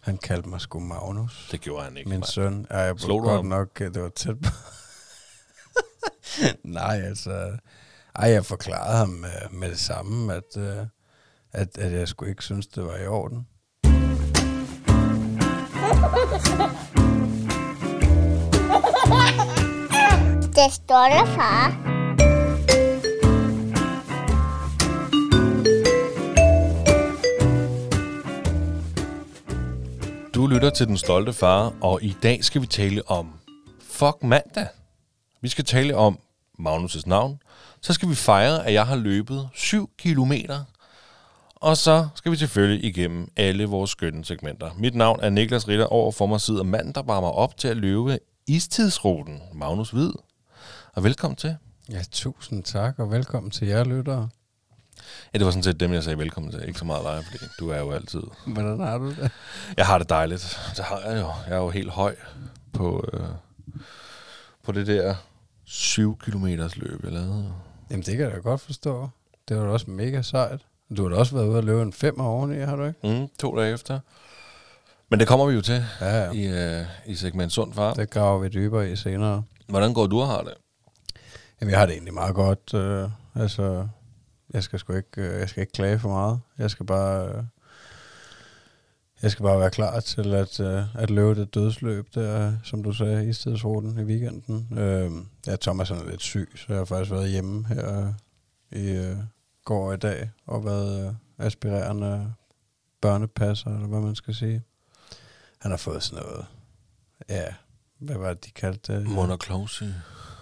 Han kaldte mig sgu Magnus. Det gjorde han ikke. Min søn. Ja, jeg Slog du godt ham? nok, det var tæt på. Nej, altså... jeg forklarede ham med det samme, at jeg skulle ikke synes, det var i orden. Det stolte far. Du lytter til Den Stolte Far, og i dag skal vi tale om Fuck mandag. Vi skal tale om Magnus' navn. Så skal vi fejre, at jeg har løbet 7 kilometer. Og så skal vi selvfølgelig igennem alle vores skønne segmenter. Mit navn er Niklas Ritter. Over for mig sidder manden, der varmer op til at løbe istidsruten, Magnus Hvid. Og velkommen til. Ja, tusind tak, og velkommen til jer lyttere. Ja, det var sådan set dem, jeg sagde velkommen til. Ikke så meget dig, fordi du er jo altid... Hvordan har du det? Jeg har det dejligt. Det har jeg jo. Jeg er jo helt høj på det der 7 kilometers løb, jeg lavede. Jamen, det kan jeg da godt forstå. Det var da også mega sejt. Du har da også været ude og løbe en 5 oveni, har du ikke? 2 dage efter. Men det kommer vi jo til Ja. i segment Sund Far. Det graver vi dybere i senere. Hvordan går du og har det? Jamen, jeg har det egentlig meget godt. Jeg skal ikke klage for meget. Jeg skal bare være klar til at løbe det dødsløb der, som du sagde, i stedsruten i weekenden. Thomas er lidt syg, så jeg har faktisk været hjemme her i går i dag og været aspirerende børnepasser, eller hvad man skal sige. Han har fået sådan noget, ja, hvad var det, de kaldte det? Mund- og klovsyge.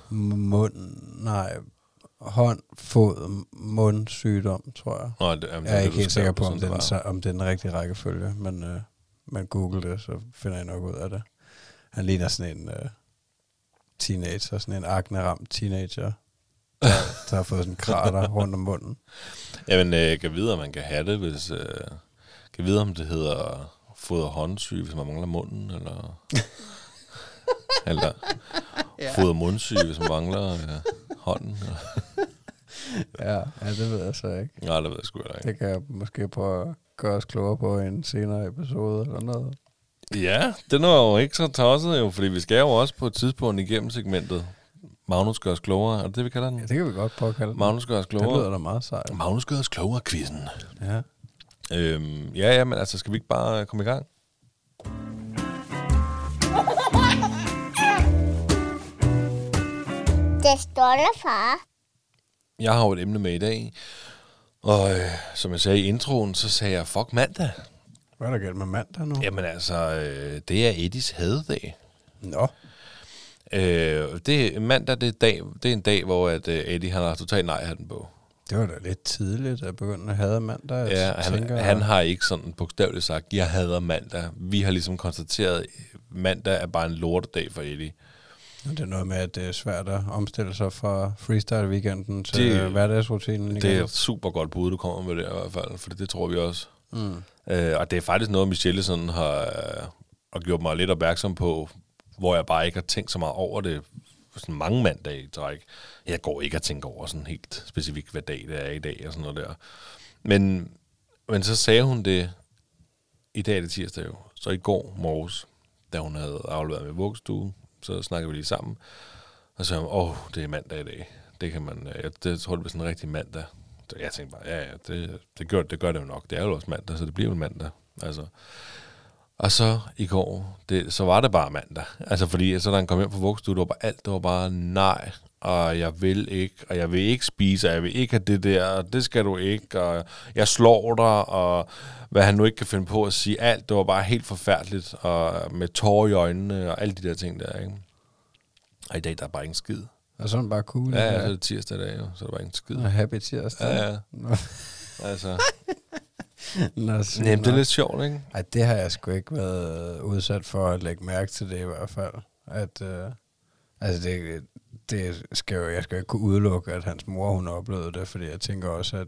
Hånd, fod, mundsygdom, tror jeg. Nå, Jeg er ikke helt sikker på, om det var. er den rigtige rækkefølge, men Google det, så finder jeg nok ud af det. Han ligner sådan en teenager, sådan en akne-ramt teenager, der har fået sådan en krater rundt om munden. Jamen, kan vide, om man kan have det, hvis... kan vide, om det hedder fod- og håndsyge, hvis man mangler munden, eller... eller fod- og mundsyge, hvis man mangler hånden. Ja, det ved jeg så ikke. Nej, det ved jeg sgu heller ikke. Det kan jeg måske prøve at gøre os klogere på i en senere episode eller noget. Ja, den var jo ikke så tosset jo, fordi vi skal jo også på et tidspunkt igennem segmentet. Magnus gør os klogere, er det det, vi kalder den? Ja, det kan vi godt prøve at kalde den. Magnus gør os klogere. Det lyder da meget sejt. Magnus gør os klogere, quizzen. Ja. Ja, men altså, skal vi ikke bare komme i gang? Det stolte far. Jeg har jo et emne med i dag, og som jeg sagde i introen, så sagde jeg, fuck mandag. Hvad er der galt med mandag nu? Jamen altså, det er Eddies hadedag. Nå. Mandag, det er en dag, hvor Eddie han har totalt nej-hatten på. Det var da lidt tidligt at begynde at hade mandag. Ja, han har ikke sådan bogstaveligt sagt, jeg hader mandag. Vi har ligesom konstateret, at mandag er bare en lortedag for Eddie. Det er noget med, at det er svært at omstille sig fra freestyle-weekenden til hverdagsrutinen igen. Det er et super godt bud, du kommer med det i hvert fald, for det tror vi også. Og det er faktisk noget, Michelle sådan har gjort mig lidt opmærksom på, hvor jeg bare ikke har tænkt så meget over det sådan mange mandage i træk. Jeg går ikke at tænke over sådan helt specifikt, hvad dag det er i dag og sådan noget der. Men så sagde hun det, i dag er det tirsdag jo, så i går morges, da hun havde afleveret med vuggestue, så snakkede vi lige sammen, og så sagde hun, det er mandag i dag. Det kan man, det tror, det bliver sådan en rigtig mandag. Så jeg tænkte bare, det gør det jo nok. Det er jo også mandag, så det bliver jo mandag. Altså. Og så i går, så var det bare mandag. Altså fordi, så da han kom hjem fra vuggestue, det var bare nej, og jeg vil ikke spise, og jeg vil ikke have det der, og det skal du ikke, og jeg slår dig, og hvad han nu ikke kan finde på at sige. Alt, det var bare helt forfærdeligt, og med tårer i øjnene, og alle de der ting der, ikke? Og i dag, der er bare ingen skid. Og så er den bare cool. Ja, så er det tirsdag i dag, jo, så er der bare ingen skid. Og happy tirsdag. Ja. Nå. Altså. Jamen, det er lidt sjovt, ikke? Ej, det har jeg sgu ikke været udsat for at lægge mærke til det i hvert fald. Jeg skal jo ikke kunne udelukke, at hans mor, hun oplevede det, fordi jeg tænker også,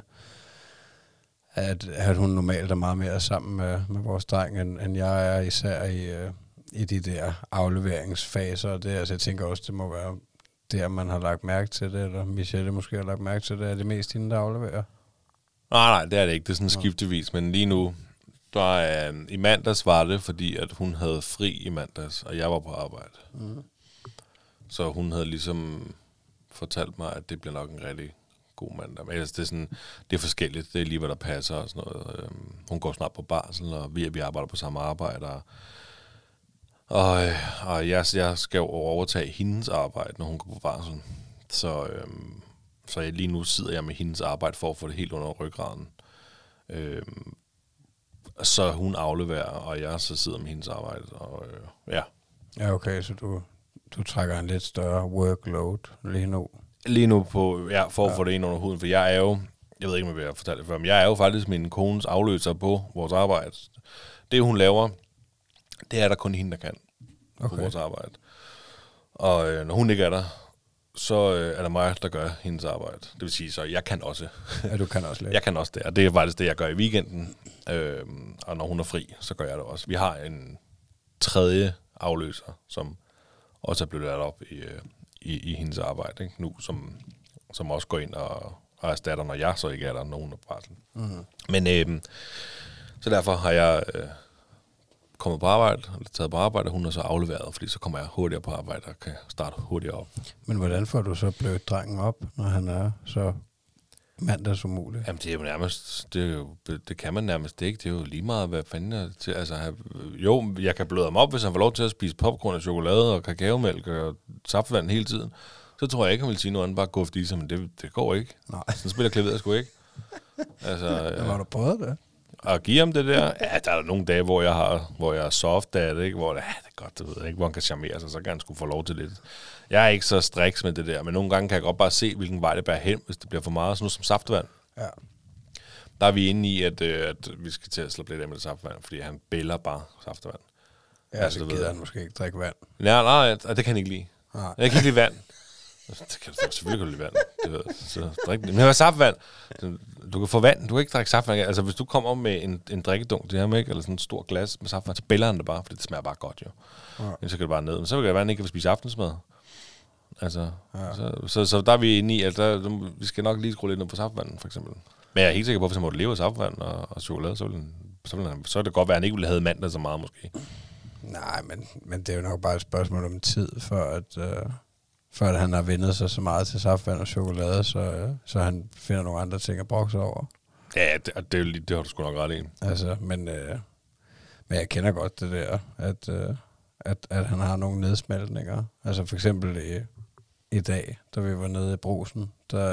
at hun normalt er meget mere sammen med vores dreng, end jeg er, især i de der afleveringsfaser. Det, altså, jeg tænker også, det må være der, man har lagt mærke til det, eller Michelle måske har lagt mærke til det, er det mest hende, der afleverer? Nej, det er det ikke. Det er sådan skiftevis, men lige nu, I mandags var det, fordi at hun havde fri i mandags, og jeg var på arbejde. Mm. Så hun havde ligesom fortalt mig, at det bliver nok en rigtig god mandag. Men ellers, det er forskelligt. Det er lige, hvad der passer og sådan noget. Hun går snart på barsel, og vi arbejder på samme arbejde. Og jeg skal jo overtage hendes arbejde, når hun går på barsel. Så lige nu sidder jeg med hendes arbejde for at få det helt under ryggraden. Så hun afleverer, og jeg så sidder med hendes arbejde. Og, ja. Ja, okay, så du trækker en lidt større workload lige nu. Lige nu for at få det ind under huden, for jeg er jo, jeg ved ikke, om jeg vil fortælle det før, men jeg er jo faktisk min kones afløser på vores arbejde. Det, hun laver, det er der kun hende, der kan på vores arbejde. Og når hun ikke er der, så er der mig, der gør hendes arbejde. Det vil sige, så jeg kan også. Ja, du kan også lidt. Jeg kan også det, og det er faktisk det, jeg gør i weekenden. Og når hun er fri, så gør jeg det også. Vi har en tredje afløser, som også er blevet ladt op i hendes arbejde, ikke? Nu, som også går ind og erstatter, når jeg så ikke er der, når hun er på barsel. Mm-hmm. Men så derfor har jeg kommet på arbejde, eller taget på arbejde, og hun er så afleveret, fordi så kommer jeg hurtigere på arbejde og kan starte hurtigere op. Men hvordan får du så blødt drengen op, når han er så mandags umuligt? Jamen, det er jo nærmest, det kan man nærmest ikke. Det er jo lige meget, hvad fanden er til. Altså, jo, jeg kan bløde ham op, hvis han får lov til at spise popcorn og chokolade og kakaomælk og saftvand hele tiden. Så tror jeg ikke, han vil sige noget andet, bare gå fordi sig, men det går ikke. Nej. Sådan spiller klaveret sgu ikke. Altså, har du prøvet det? At give ham det der? Ja, der er nogle dage, hvor jeg er soft af det, ikke? Hvor det er godt, det ved jeg ikke, hvor han kan charmere sig, så kan han sgu få lov til lidt. Jeg er ikke så striks med det der, men nogle gange kan jeg godt bare se, hvilken vej det bærer hen, hvis det bliver for meget. Sådan noget som saftvand. Ja. Der er vi inde i, at vi skal til at slippe lidt af med det saftvand, fordi han bæller bare saftvand. Ja, altså, så gider han måske ikke drikke vand. Nej, det kan han ikke lide. Nej. Jeg kan ikke lide vand. Det kan du selvfølgelig lide vand. Det ved jeg. Så drik det. Men det var saftvand. Du kan få vand. Du kan ikke drikke saftvand. Altså, hvis du kommer med en drikkedunk til ham, ikke? Eller sådan et stort glas med saftvand, så bæller han det bare, fordi det smager bare godt, jo. Ja. Så kan det bare ned. Men så vil det være, at han ikke kan spise aftensmad. Altså, ja. Så der er vi inde i, at vi skal nok lige skrue lidt ned på saftvanden, for eksempel. Men jeg er helt sikker på, at hvis han måtte leve af saftvand og chokolade, så er det godt være, at han ikke ville have mandag så meget, måske. Nej, men det er jo nok bare et spørgsmål om tid, for at han har vendet sig så meget til saftvand og chokolade, så han finder nogle andre ting at brokse over. Ja, det har du sgu nok ret i. Altså, men jeg kender godt det der, at han har nogle nedsmeltninger. Altså for eksempel i dag, da vi var nede i Brugsen,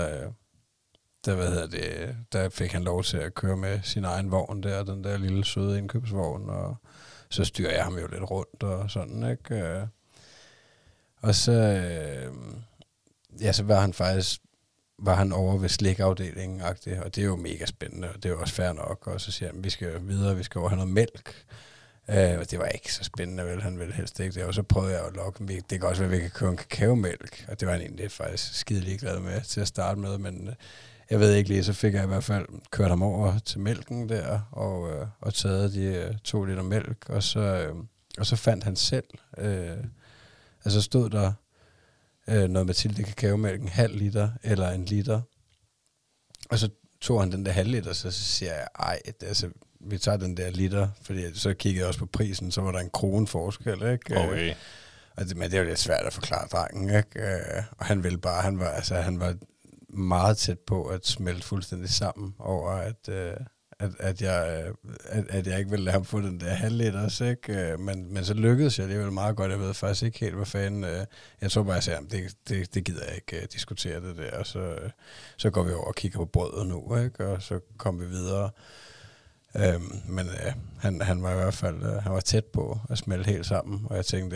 der fik han lov til at køre med sin egen vogn der, den der lille søde indkøbsvogn, og så styrer jeg ham jo lidt rundt og sådan, ikke? Og så, så var han over ved slikafdelingen, og det er jo mega spændende, og det er jo også fair nok, og så siger han, vi skal videre, vi skal over have noget mælk. Og det var ikke så spændende, vel, han ville helst ikke det, og så prøvede jeg at lokke, det kan også være, at vi kan købe en kakaomælk, og det var han egentlig faktisk skide ligeglad med til at starte med, men jeg ved ikke lige, så fik jeg i hvert fald kørt ham over til mælken der, og taget de 2 liter mælk, og så fandt han selv, altså stod der noget Mathilde kakaomælk, en halv liter eller en liter, og så tog han den der halv liter, så siger jeg, altså, vi tager den der liter, fordi så kiggede jeg også på prisen, så var der en kroneforskel, ikke? Okay. Men det er jo lidt svært at forklare drengen, ikke? Og han ville bare, han var meget tæt på at smelte fuldstændig sammen over, at jeg ikke ville lade ham få den der halvliters, ikke? Men så lykkedes jeg alligevel meget godt. Jeg ved faktisk ikke helt, hvad fanden. Jeg tror bare, jeg sagde, det gider jeg ikke diskutere det der. Og så går vi over og kigger på brødet nu, ikke? Og så kom vi videre. Men han var i hvert fald han var tæt på at smelte helt sammen. Og jeg tænkte,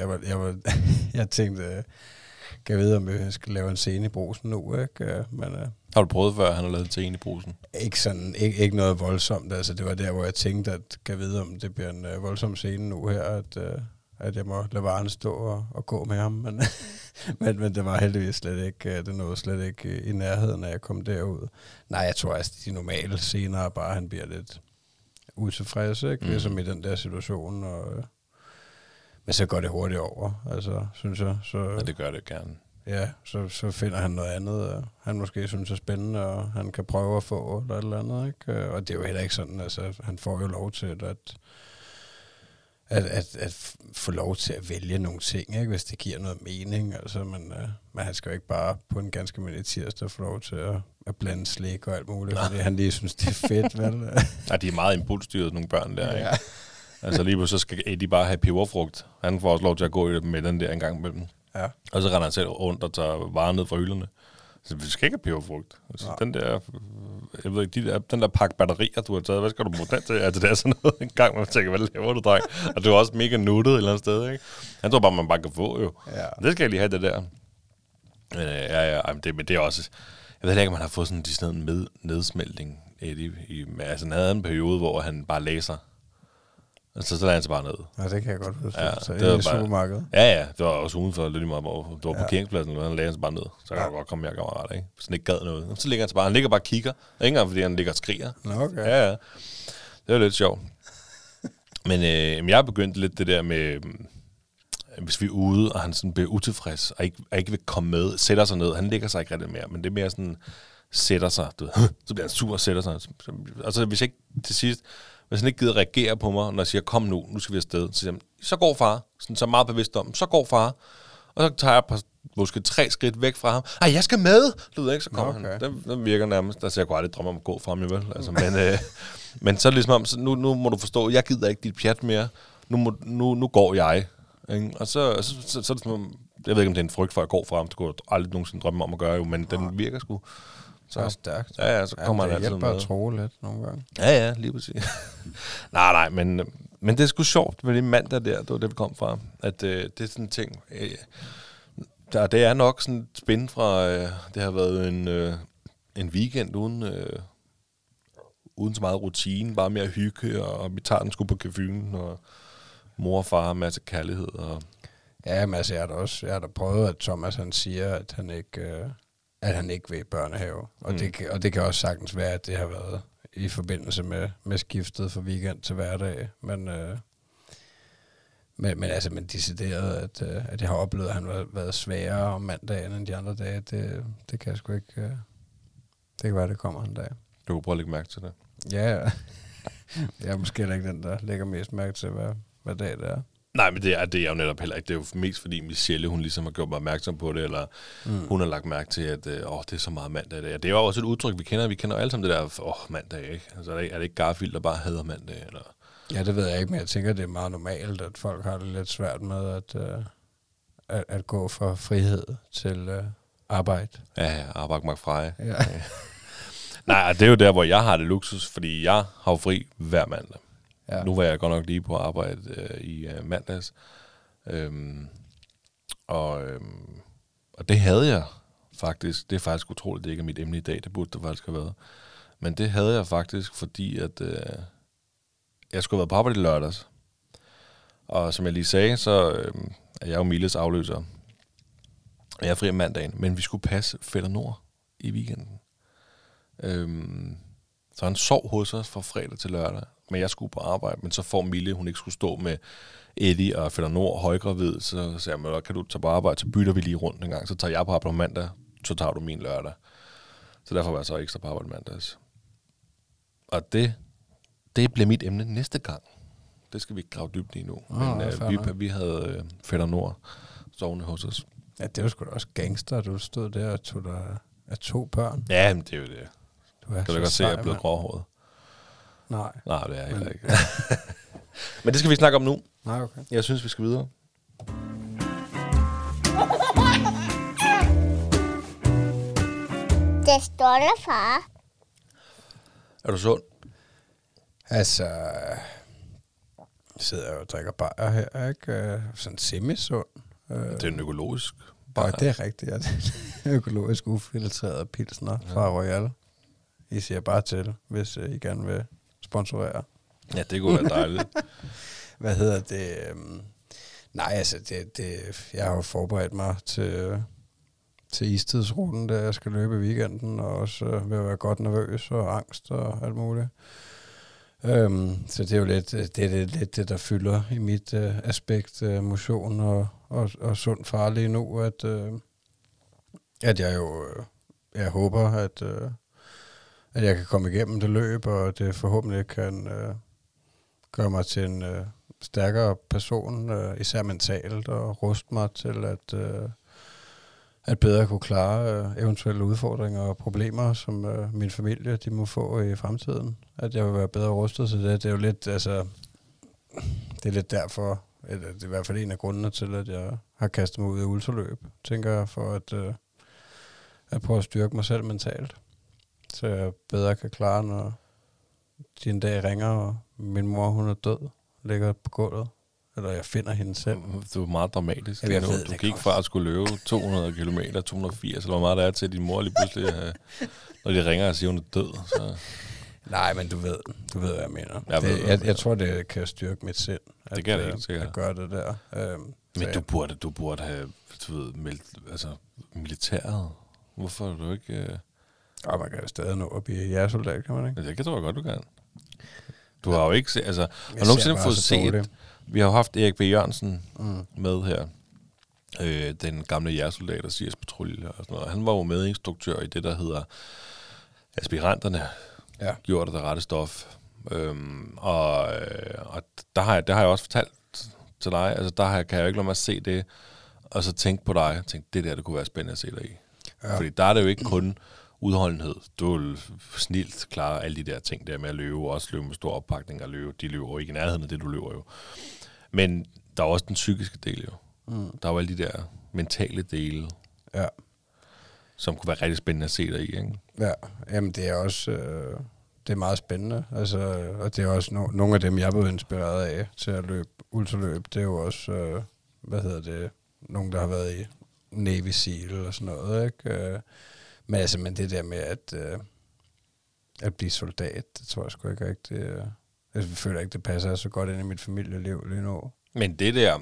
kan jeg vide, om vi skal lave en scene i Brugsen nu, ikke? Men, har du prøvet før, han har lavet en scene i Brugsen? Ikke noget voldsomt. Altså, det var der, hvor jeg tænkte, at kan jeg vide, om det bliver en voldsom scene nu her, at jeg må lade varen stå og gå med ham. Men det var heldigvis slet ikke, det nåede slet ikke i nærheden, når jeg kom derud. Nej, jeg tror altså, de normale scener bare, han bliver lidt utilfreds, ikke? Ligesom i den der situation, men så går det hurtigt over, altså, synes jeg. Så ja, det gør det gerne. ja, så finder han noget andet, han måske synes er spændende, og han kan prøve at få eller et eller andet, ikke? Og det er jo heller ikke sådan, altså han får jo lov til at få lov til at vælge nogle ting, ikke? Hvis det giver noget mening, altså, men han skal jo ikke bare på en ganske almindelig tirsdag få lov til at blande slik og alt muligt, fordi han lige synes, det er fedt, vel? Ja, de er meget impulsstyret, nogle børn der, ikke? Ja. Altså lige på så skal Eddie bare have peberfrugt. Han får også lov til at gå med den der en gang imellem. Ja. Og så render han selv rundt og tager varer ned fra hylderne. Så vi skal ikke have peberfrugt. Altså, den der, jeg ved ikke, den der pakke batterier, du har taget, hvad skal du bruge den til? Altså, det er sådan noget en gang, man tænker, hvad laver du, dreng? Og du er også mega nuttet et eller andet sted, ikke? Han tror bare, man bare kan få, jo. Ja. Det skal jeg lige have, det der. Men det er også... Jeg ved ikke, om han har fået sådan en nedsmeltning, Eddie. Altså, han havde en periode, hvor han bare læser. Altså, så lader han sig bare ned. Ja, det kan jeg godt forstå. Ja, så det i supermarkedet. Ja, det var også udenfor lidt meget, hvor det var parkeringspladsen, og han lagde sig bare ned. Så kan jeg godt komme mere kammerater, ikke? Hvis han ikke gad noget. Så ligger han bare og kigger. Ikke engang, fordi han ligger og skriger. Okay. Ja. Det var lidt sjovt. Men jeg har begyndt lidt det der med, hvis vi er ude, og han sådan bliver utilfreds, og ikke vil komme med, sætter sig ned. Han ligger sig ikke rigtig mere, men det er mere sådan, sætter sig. Du ved, så bliver han sur og sætter sig. Altså, hvis ikke til sidst... Hvis han ikke gider reagere på mig, når jeg siger, kom nu skal vi afsted, så siger han, så går far. Så er meget bevidst om, så går far. Og så tager jeg måske 3 skridt væk fra ham. Ej, jeg skal med! Du ved ikke, så kommer han. Den virker nærmest. Der jeg kunne aldrig drømme om at gå fra ham, jo vel. Altså, men så er det ligesom om, så nu må du forstå, jeg gider ikke dit pjat mere. Nu går jeg. Ikke? Og så er det som om, jeg ved ikke, om det er en frygt for, at jeg går fra ham. Det kunne jeg aldrig nogensinde drømme om at gøre, jo, men den virker sgu. Så er stærkt. Ja, så kommer han altid med. Det hjælper at tro lidt nogle gange. Ja, lige præcis. nej, men det er sgu sjovt med det mandag der, det var det, vi kom fra. At det er sådan en ting. Det er nok sådan spændt fra, det har været en weekend uden så meget rutine, bare mere hygge, og vi tager den sgu på caféen, og mor og far har masse kærlighed. Og ja, men altså, jeg har da prøvet, at Thomas han siger, at han ikke vil i børnehave. Og det kan også sagtens være, at det har været i forbindelse med skiftet fra weekend til hverdag. Men decideret, at jeg har oplevet, at han har været sværere om mandagen end de andre dage, det kan jeg sgu ikke... Det kan være, det kommer en dag. Du kan prøve at lægge mærke til det. Ja, jeg er måske ikke den, der lægger mest mærke til, hvad dag det er. Nej, men det er jo netop heller ikke. Det er jo mest fordi Michelle, hun ligesom har gjort mig opmærksom på det, eller hun har lagt mærke til, at det er så meget mandag i dag. Det er jo også et udtryk, vi kender alle sammen det der, mandag, ikke? Altså er det ikke Garfield, der bare hader mandag, eller? Ja, det ved jeg ikke, men jeg tænker, det er meget normalt, at folk har det lidt svært med at gå fra frihed til arbejde. Ja, arbejde mig fra. Ja. Nej, det er jo der, hvor jeg har det luksus, fordi jeg har jo fri hver mandag. Ja. Nu var jeg godt nok lige på arbejde i mandags. Og det havde jeg faktisk. Det er faktisk utroligt, det ikke er mit emne i dag. Det burde det faktisk have været. Men det havde jeg faktisk, fordi at jeg skulle have været på arbejde i lørdags. Og som jeg lige sagde, så er jeg jo Miles afløser. Og jeg er fri om mandagen. Men vi skulle passe Fætter Nord i weekenden. Så han sov hos os fra fredag til lørdag. Men jeg skulle på arbejde, men så får Mille, hun ikke skulle stå med Eddie og Fætter Nord højgravid, så sagde jeg, kan du tage på arbejde, så bytter vi lige rundt en gang, så tager jeg på arbejde mandag, så tager du min lørdag. Så derfor var jeg så ekstra på arbejde mandags. Og det bliver mit emne næste gang. Det skal vi ikke grave dybt i nu. Men vi havde Fætter Nord sovende hos os. Ja, det var sgu da også gangster, du stod der og tog dig af 2 børn. Ja, men det er jo det. Du kan da godt se, at jeg er blevet gråhåret. Nej, det er heller ikke. Men det skal vi ikke snakke om nu. Nej, okay. Jeg synes, vi skal videre. Det står der, far. Er du sund? Altså, jeg sidder og drikker bajer her, ikke? Sådan semi-sund. Det er en økologisk bajer. Det er rigtigt, ja. Økologisk ufiltreret pilsner fra Royal. I siger bare til, hvis I gerne vil sponsorere. Ja, det kunne være dejligt. Hvad hedder det? Nej, altså, jeg har jo forberedt mig til istidsruten, der jeg skal løbe i weekenden, og også ved at være godt nervøs og angst og alt muligt. Så det er jo lidt det, der fylder i mit aspekt motion og sund far lige nu, at jeg håber, at jeg kan komme igennem det løb, og det forhåbentlig kan gøre mig til en stærkere person, især mentalt, og ruste mig til at bedre kunne klare eventuelle udfordringer og problemer, som min familie de må få i fremtiden. At jeg vil være bedre rustet til det. Det er jo lidt, altså, det er lidt derfor, eller det er i hvert fald en af grundene til, at jeg har kastet mig ud i ultraløb, tænker jeg, for at prøve at styrke mig selv mentalt. Så jeg bedre kan klare, når de en dag ringer, og min mor, hun er død, ligger på gulvet. Eller jeg finder hende selv. Det var meget dramatisk. Jamen, jeg ved, du gik fra at skulle løbe 200 km, 280, eller hvor meget der er til, at din mor lige pludselig, når de ringer og siger, hun er død. Så. Nej, men du ved, hvad jeg mener. Jeg tror, det kan styrke mit sind. Det kan det helt sikkert. At gøre det der. Men du burde have, meldt, altså, militæret. Hvorfor er du ikke... man kan jo stadig nå at blive jægersoldat, kan man ikke? Ja, det kan du godt, du kan. Du har jo ikke set... Altså, har du nogensinde fået set... Vi har jo haft Erik B. Jørgensen med her. Den gamle jægersoldat og CS-patrulje og sådan noget. Han var jo medinstruktør i det, der hedder Aspiranterne. Ja. Gjorde det rette stof. Og der har jeg også fortalt til dig. Altså, kan jeg jo ikke lade mig at se det, og så tænke på dig. Tænke, det kunne være spændende at se dig i. Ja. Fordi der er det jo ikke kun udholdenhed. Du vil snilt klare alle de der ting der med at løbe, og også løbe med stor oppakning og løbe. De løber jo ikke i nærheden af det, du løber jo. Men der er også den psykiske del jo. Der er jo alle de der mentale dele, som kunne være rigtig spændende at se dig i, ikke? Ja, jamen det er også det er meget spændende. Altså, og det er også nogle af dem, jeg er blevet inspireret af til at løbe ultraløb. Det er jo også, nogen, der har været i Navy SEAL og sådan noget, ikke? Men det der med at blive soldat, det tror jeg sgu ikke rigtigt. Jeg føler ikke, det passer så godt ind i mit familieliv lige nu. Men det der,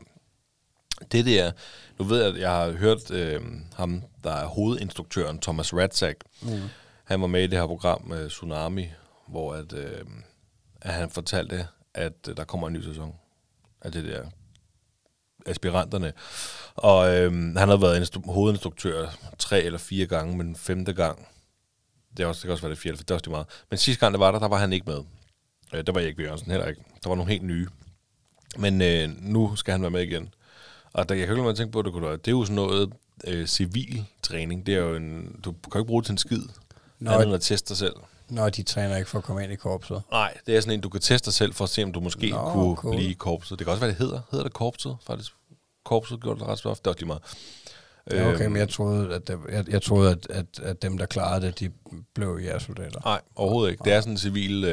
nu ved jeg, at jeg har hørt ham, der er hovedinstruktøren, Thomas Ratzak. Han var med i det her program, Tsunami, hvor at han fortalte, at der kommer en ny sæson af det der Aspiranterne. Og han har været hovedinstruktør 3 eller 4 gange, men 5. gang, det kan også være det 4, for det er også meget. Men sidste gang, der var han ikke med. Der var Erik B. Jørgensen heller ikke. Der var nogle helt nye. Men nu skal han være med igen. Og jeg kan ikke lade tænke på, at det er jo sådan noget civil træning. Det er jo du kan ikke bruge det til en skid. Andet end at teste dig selv. Nå, de træner ikke for at komme ind i korpset. Nej, det er sådan en, du kan teste dig selv for at se, om du måske kunne blive i korpset. Det kan også være, det hedder. Hedder det korpset, faktisk? Korpset gjorde det ret så ofte. Det er også lige meget. Ja, okay, men jeg troede, at dem, der klarede det, de blev jægersoldater. Nej, overhovedet ikke. Det er sådan en civil,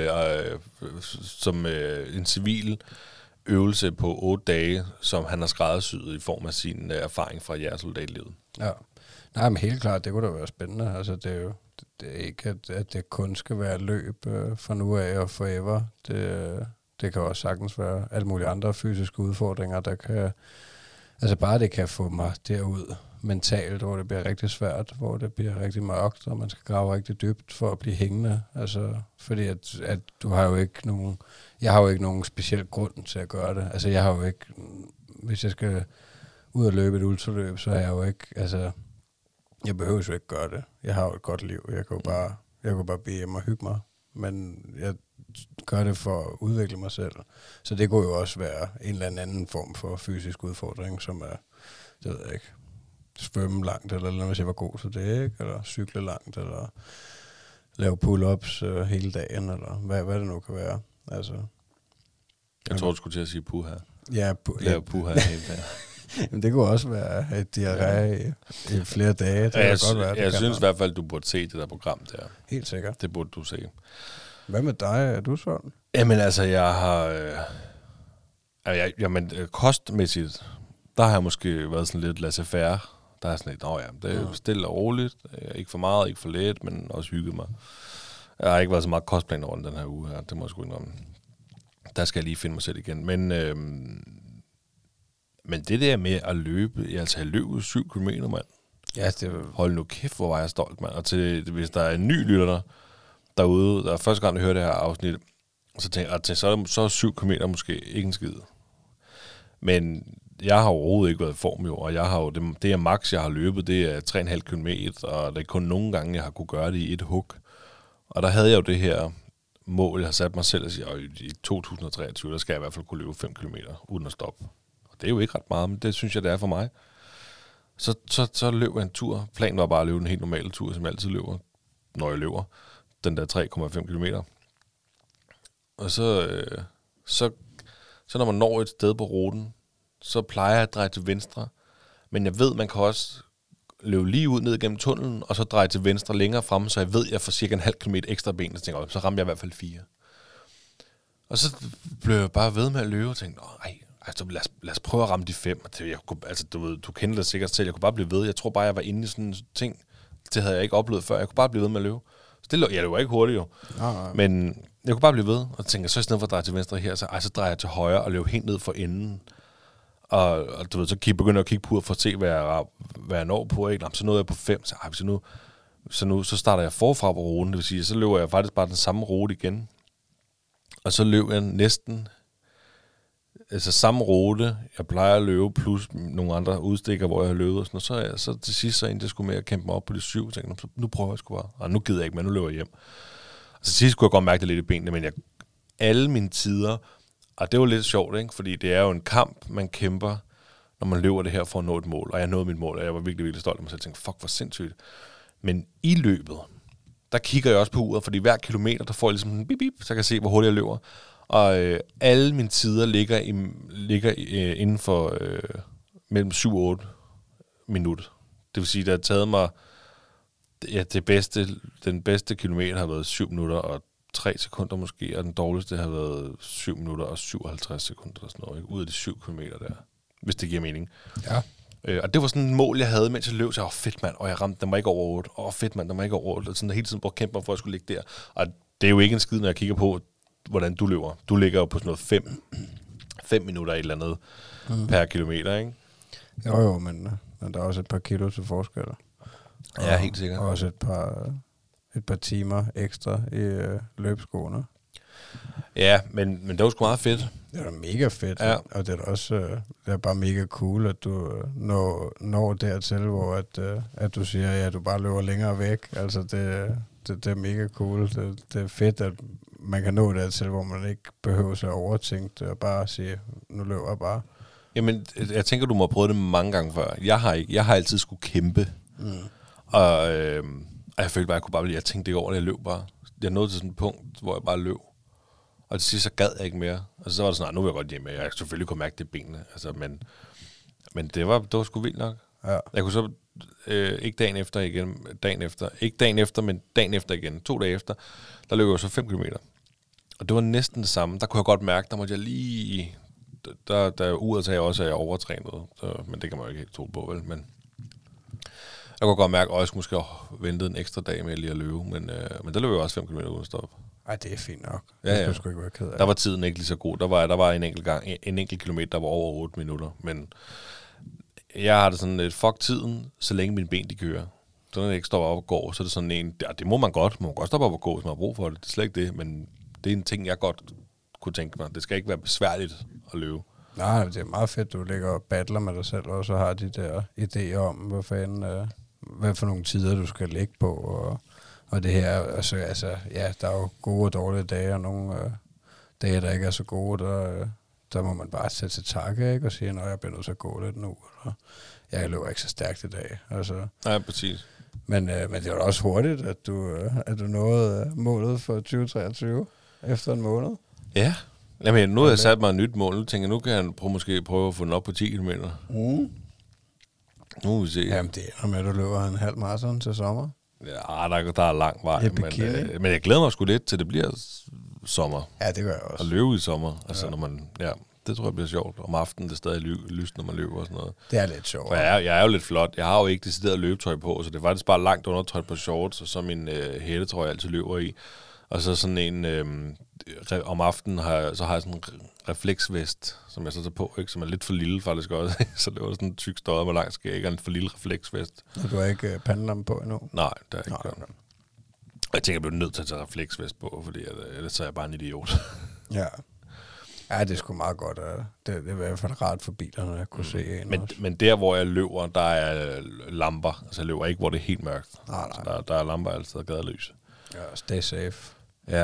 en civil øvelse på 8 dage, som han har skræddersyet i form af sin erfaring fra jægersoldatlivet. Ja. Nej, men helt klart, det kunne da være spændende. Altså, det er jo det er ikke, at det kun skal være løb fra nu af og forever. Det kan også sagtens være alle mulige andre fysiske udfordringer, der kan... Altså bare det kan få mig derud mentalt, hvor det bliver rigtig svært, hvor det bliver rigtig mørkt, og man skal grave rigtig dybt for at blive hængende. Altså, fordi at du har jo ikke nogen... Jeg har jo ikke nogen speciel grund til at gøre det. Altså jeg har jo ikke... Hvis jeg skal ud og løbe et ultraløb, så er jeg jo ikke... Altså, jeg behøver jo ikke gøre det. Jeg har jo et godt liv. Jeg kan jo bare blive hjemme og hygge mig. Men jeg gør det for at udvikle mig selv. Så det kunne jo også være en eller anden form for fysisk udfordring, som er, det ved jeg ikke, svømme langt, eller hvis jeg var god til det, ikke? Eller cykle langt, eller lave pull-ups hele dagen, eller hvad det nu kan være. Altså, jeg tror, du skulle til at sige puha. Ja, lave puha hele dagen. Men det kunne også være et diarré i flere dage. Det kan godt være. Jeg synes i hvert fald, du burde se det der program der. Helt sikkert. Det burde du se. Hvad med dig? Er du sådan? Jamen altså, jeg har... kostmæssigt, der har jeg måske været sådan lidt laissez-faire. Der er sådan lidt, det er stille og roligt. Ikke for meget, ikke for lidt, men også hygget mig. Jeg har ikke været så meget kostplan over den her uge her. Det må jeg sgu indrømme. Der skal jeg lige finde mig selv igen. Men det der med at løbe, jeg løb 7 km, mand. Ja, det... Hold nu kæft, hvor var jeg stolt, mand. Og hvis der er en ny lytter derude, der er første gang, jeg hører det her afsnit, så tænker jeg, så er 7 km måske ikke en skid. Men jeg har overhovedet ikke været i form jo, og jeg har jo, det er max, jeg har løbet, det er 3,5 km, og det er kun nogle gange, jeg har kunne gøre det i et hug. Og der havde jeg jo det her mål, jeg har sat mig selv og siger, at i 2023, der skal jeg i hvert fald kunne løbe 5 km uden at stoppe. Og det er jo ikke ret meget, men det synes jeg, det er for mig. Så løb jeg en tur. Planen var bare at løbe en helt normal tur, som jeg altid løber, når jeg løber. Den der 3,5 km. Og så når man når et sted på ruten, så plejer jeg at dreje til venstre. Men jeg ved, man kan også løbe lige ud ned gennem tunnelen, og så dreje til venstre længere frem, så jeg ved, at jeg får cirka en halv kilometer ekstra ben, og tænker, så rammer jeg i hvert fald 4. Og så blev jeg bare ved med at løbe, og tænkte, altså lad os prøve at ramme de 5. Altså, du kender det sikkert selv, jeg kunne bare blive ved. Jeg tror bare, jeg var inde i sådan en ting, det havde jeg ikke oplevet før. Jeg kunne bare blive ved med at løbe. Jeg løber ikke hurtigt jo, men jeg kunne bare blive ved, og tænkte, så i stedet for at dreje til venstre her, så drejer jeg til højre og løber helt ned for enden. Og du ved, så begynder jeg at kigge på for at se, hvad jeg når på. Ikke? Så nåede jeg på 5, så starter jeg forfra på ruten, det vil sige, så løber jeg faktisk bare den samme rute igen. Og så løber jeg næsten samme rute, jeg plejer at løbe, plus nogle andre udstikker, hvor jeg har løbet. Og sådan, og så til sidst så endte jeg skulle med at kæmpe mig op på de 7, og tænkte, nu prøver jeg sgu bare. Og nu gider jeg ikke, men nu løber jeg hjem. Og så til sidst kunne jeg godt mærke det lidt i benene, men alle mine tider, og det var lidt sjovt, ikke? Fordi det er jo en kamp, man kæmper, når man løber det her for at nå et mål. Og jeg nåede mit mål, og jeg var virkelig, virkelig stolt af mig selv. Jeg tænkte, fuck, hvor sindssygt. Men i løbet, der kigger jeg også på uret, fordi hver kilometer, der får jeg ligesom en bip, bip, så jeg kan se, hvor hurtigt jeg løber. Og alle mine tider ligger inden for mellem 7 og 8 minutter. Det vil sige, der har taget mig, den bedste kilometer har været 7 minutter og 3 sekunder måske, og den dårligste har været 7 minutter og 57 sekunder, eller sådan noget, ikke? Ud af de 7 kilometer der, hvis det giver mening. Ja. Og det var sådan et mål, jeg havde, mens jeg løb, så fedt mand, og jeg ramte, den var ikke over 8, fedt mand, den var ikke over 8, og sådan hele tiden brugte kæmpe mig for, at jeg skulle ligge der. Og det er jo ikke en skid, når jeg kigger på, hvordan du løber. Du ligger jo på sådan noget 5 minutter et eller andet per kilometer, ikke? Jo, men der er også et par kilo til forskel. Ja, helt sikkert. Og også et par timer ekstra i løbskoene. Ja, men det var sgu meget fedt. Det er da mega fedt, ja. Og det er også det er bare mega cool, at du når dertil, hvor at du siger, ja, du bare løber længere væk. Altså, det er mega cool. Det er fedt, at man kan nå dertil, hvor man ikke behøver sig at overtænke det, og bare sige, nu løber jeg bare. Jamen, jeg tænker, du må have prøvet det mange gange før. Jeg har altid skulle kæmpe. Og jeg følte bare, jeg kunne bare blive, jeg tænkte ikke over det, jeg løb bare. Jeg nåede til sådan et punkt, hvor jeg bare løb. Og til sidst, så gad jeg ikke mere. Og så var det sådan, nu vil jeg godt hjem. Jeg selvfølgelig kunne mærke det i benene. Altså, men det var sgu vildt nok. Ja. Jeg kunne så ikke dagen efter igen, ikke dagen efter, men dagen efter igen, 2 dage efter, der løb jeg så 5 kilometer. Og det var næsten det samme. Der kunne jeg godt mærke, der måtte jeg lige, der uret til, også er jeg overtrænet. Men det kan man jo ikke helt tro på, vel? Men jeg kunne godt mærke, at jeg skulle måske vente en ekstra dag med lige at løbe. Men der løb jeg også 5 km uden at stoppe. Ej, det er fint nok. Ja. Det skulle ikke være ked af. Der var tiden ikke lige så god. Der var en enkelt kilometer, der var over 8 minutter. Men jeg har det sådan lidt, fuck tiden, så længe mine ben de kører. Så når jeg ikke stopper op og går, så er det sådan en, ja, det må man godt. Man må godt stoppe op og gå, hvis man har brug for det. Det er slet ikke det, men det er en ting, jeg godt kunne tænke mig. Det skal ikke være besværligt at løbe. Nej, det er meget fedt, du ligger og battler med dig selv, og så har de der idéer om, hvad for nogle tider, du skal ligge på, og det her, altså, ja, der er jo gode og dårlige dage, og nogle dage, der ikke er så gode, der må man bare sætte til takke, ikke, og sige, når jeg bliver nødt til at gå lidt nu, eller jeg løber ikke så stærkt i dag. Altså. Ja, præcis. Men det var da også hurtigt, at du nåede målet for 2023 efter en måned. Ja. Jamen, nu har jeg sat mig et nyt mål. Nu tænker jeg, nu kan jeg måske prøve at få den op på 10 km. Nu må vi se. Jamen, det er med, at du løber en halv maraton til sommer. Ja, der er lang vej. Men jeg glæder mig sgu lidt til, det bliver sommer. Ja, det gør jeg også. At løbe i sommer. Altså, når man, ja, det tror jeg bliver sjovt. Om aftenen det er stadig lyst, når man løber og sådan noget. Det er lidt sjovt. Jeg er jo lidt flot. Jeg har jo ikke decideret løbetøj på, så det er faktisk bare langt undertøj på shorts, og så min hættetrøje, jeg altid løber i. Og så sådan en, om aftenen har jeg sådan en refleksvest, som jeg så tager på, ikke? Som er lidt for lille faktisk også. Så det var sådan en tyk støder med lang skæg, og en for lille refleksvest. Og du har ikke pandelampe på endnu? Nej, det er ikke godt. Jeg tænker, jeg bliver nødt til at tage refleksvest på, fordi ellers er jeg bare en idiot. Ja. Ja, det er sgu meget godt. Det er i hvert fald rart for bilerne at kunne se en. Men der, hvor jeg løber, der er lamper. Altså jeg løber ikke, hvor det er helt mørkt. Nej. Så der er lamper altid og gadelys. Ja, stay safe. Ja.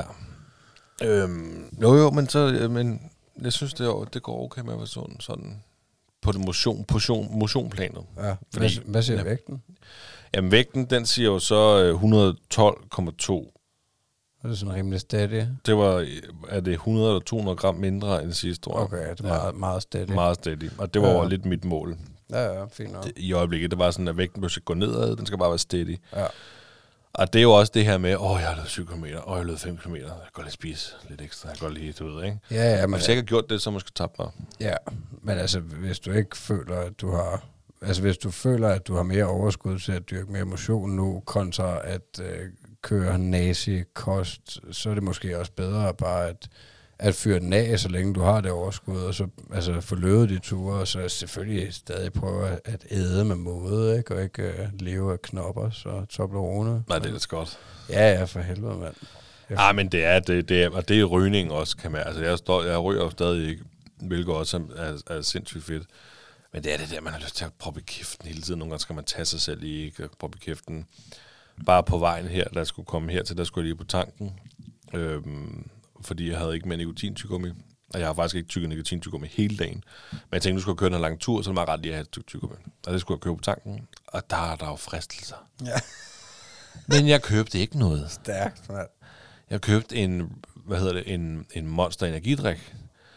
Jo, men jeg synes, det går okay med at være sådan på det motionplanet. Ja. Hvad siger vægten? Jamen vægten, den siger jo så 112,2. Er det sådan rimelig steady? Det var, er det 100 eller 200 gram mindre end sidste år. Okay, det er meget steady. Meget steady, og det var jo lidt mit mål. Ja, fint nok. I øjeblikket, det var sådan, at vægten skal gå nedad, den skal bare være steady. Ja. Og det er jo også det her med, jeg har løbet 7 km, jeg har løbet 5 km, jeg kan godt lige spise lidt ekstra, jeg kan godt lige, du ved, ikke? Ja, men hvis jeg ikke har gjort det, så måske tabe mig. Ja, men altså, hvis du ikke føler, at du har... Altså, hvis du føler, at du har mere overskud til at dyrke mere motion nu, kontra at køre nazi-kost, så er det måske også bedre bare at fyre den af, så længe du har det overskud, og så altså, få løbet de ture, og så selvfølgelig stadig prøve at æde med måde, ikke? Og ikke leve af knopper, så Toblerone. Nej, det er da godt. Ja, for helvede, mand. Men det er, og det er rygning også, kan man. Altså, jeg ryger jo stadig ikke, hvilket også er sindssygt fedt. Men det er det der, man har lyst til at proppe i kæften hele tiden. Nogle gange skal man tage sig selv i ikke at proppe i kæften. Bare på vejen her, der skulle komme hertil, der skulle jeg lige på tanken. Fordi jeg havde ikke med nikotintyggegummi. Og jeg har faktisk ikke tygget nikotintyggegummi hele dagen. Men jeg tænkte, nu skulle jeg køre en lang tur, så det var ret lige at have et stykke tyggegummi. Og det skulle jeg købe på tanken. Og der er jo fristelser. Ja. Men jeg købte ikke noget. Stærkt, mand. Jeg købte en Monster energidrik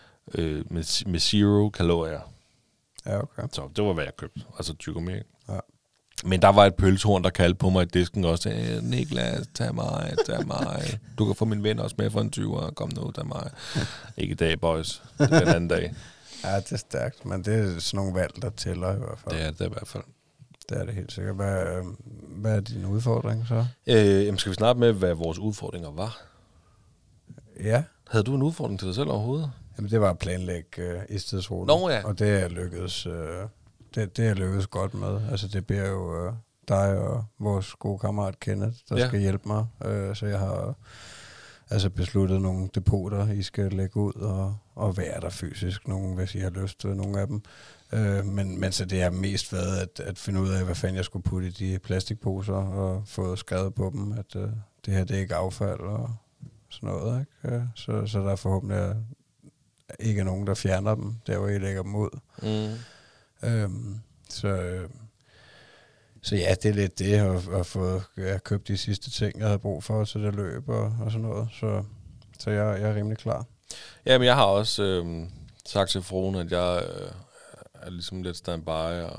med 0 kalorier. Ja, okay. Så det var, hvad jeg købte. Altså tyggegummi. Ja. Men der var et pølsehorn, der kaldte på mig i disken også. Niklas, tag mig. Du kan få min ven også med for en 20'er. Kom nu, tag mig. Ikke i dag, boys. Det er den anden dag. Ja, det er stærkt, men det er sådan nogle valg, der tæller i hvert fald. Det er det i hvert fald. Det er det helt sikkert. Hvad er din udfordring så? Jamen, skal vi starte med, hvad vores udfordringer var? Ja. Havde du en udfordring til dig selv overhovedet? Jamen, det var at planlægge istidsruten. Nå, ja. Og det er lykkedes, det er lykkedes godt med. Altså, det bliver jo dig og vores gode kammerat Kenneth, der skal hjælpe mig. Så jeg har altså besluttet nogle depoter, I skal lægge ud og være der fysisk. Nogle, hvis I har lyst til nogle af dem. Men så det har mest været at finde ud af, hvad fanden jeg skulle putte i de plastikposer og få skrevet på dem, at det her det er ikke affald og sådan noget. Ikke? Så der er forhåbentlig ikke nogen, der fjerner dem, der hvor I lægger dem ud. Så ja, det er lidt det, at få købt de sidste ting, jeg havde brug for til det løb og sådan noget. Så jeg er rimelig klar. Ja, men jeg har også sagt til fruen, at jeg er ligesom lidt standby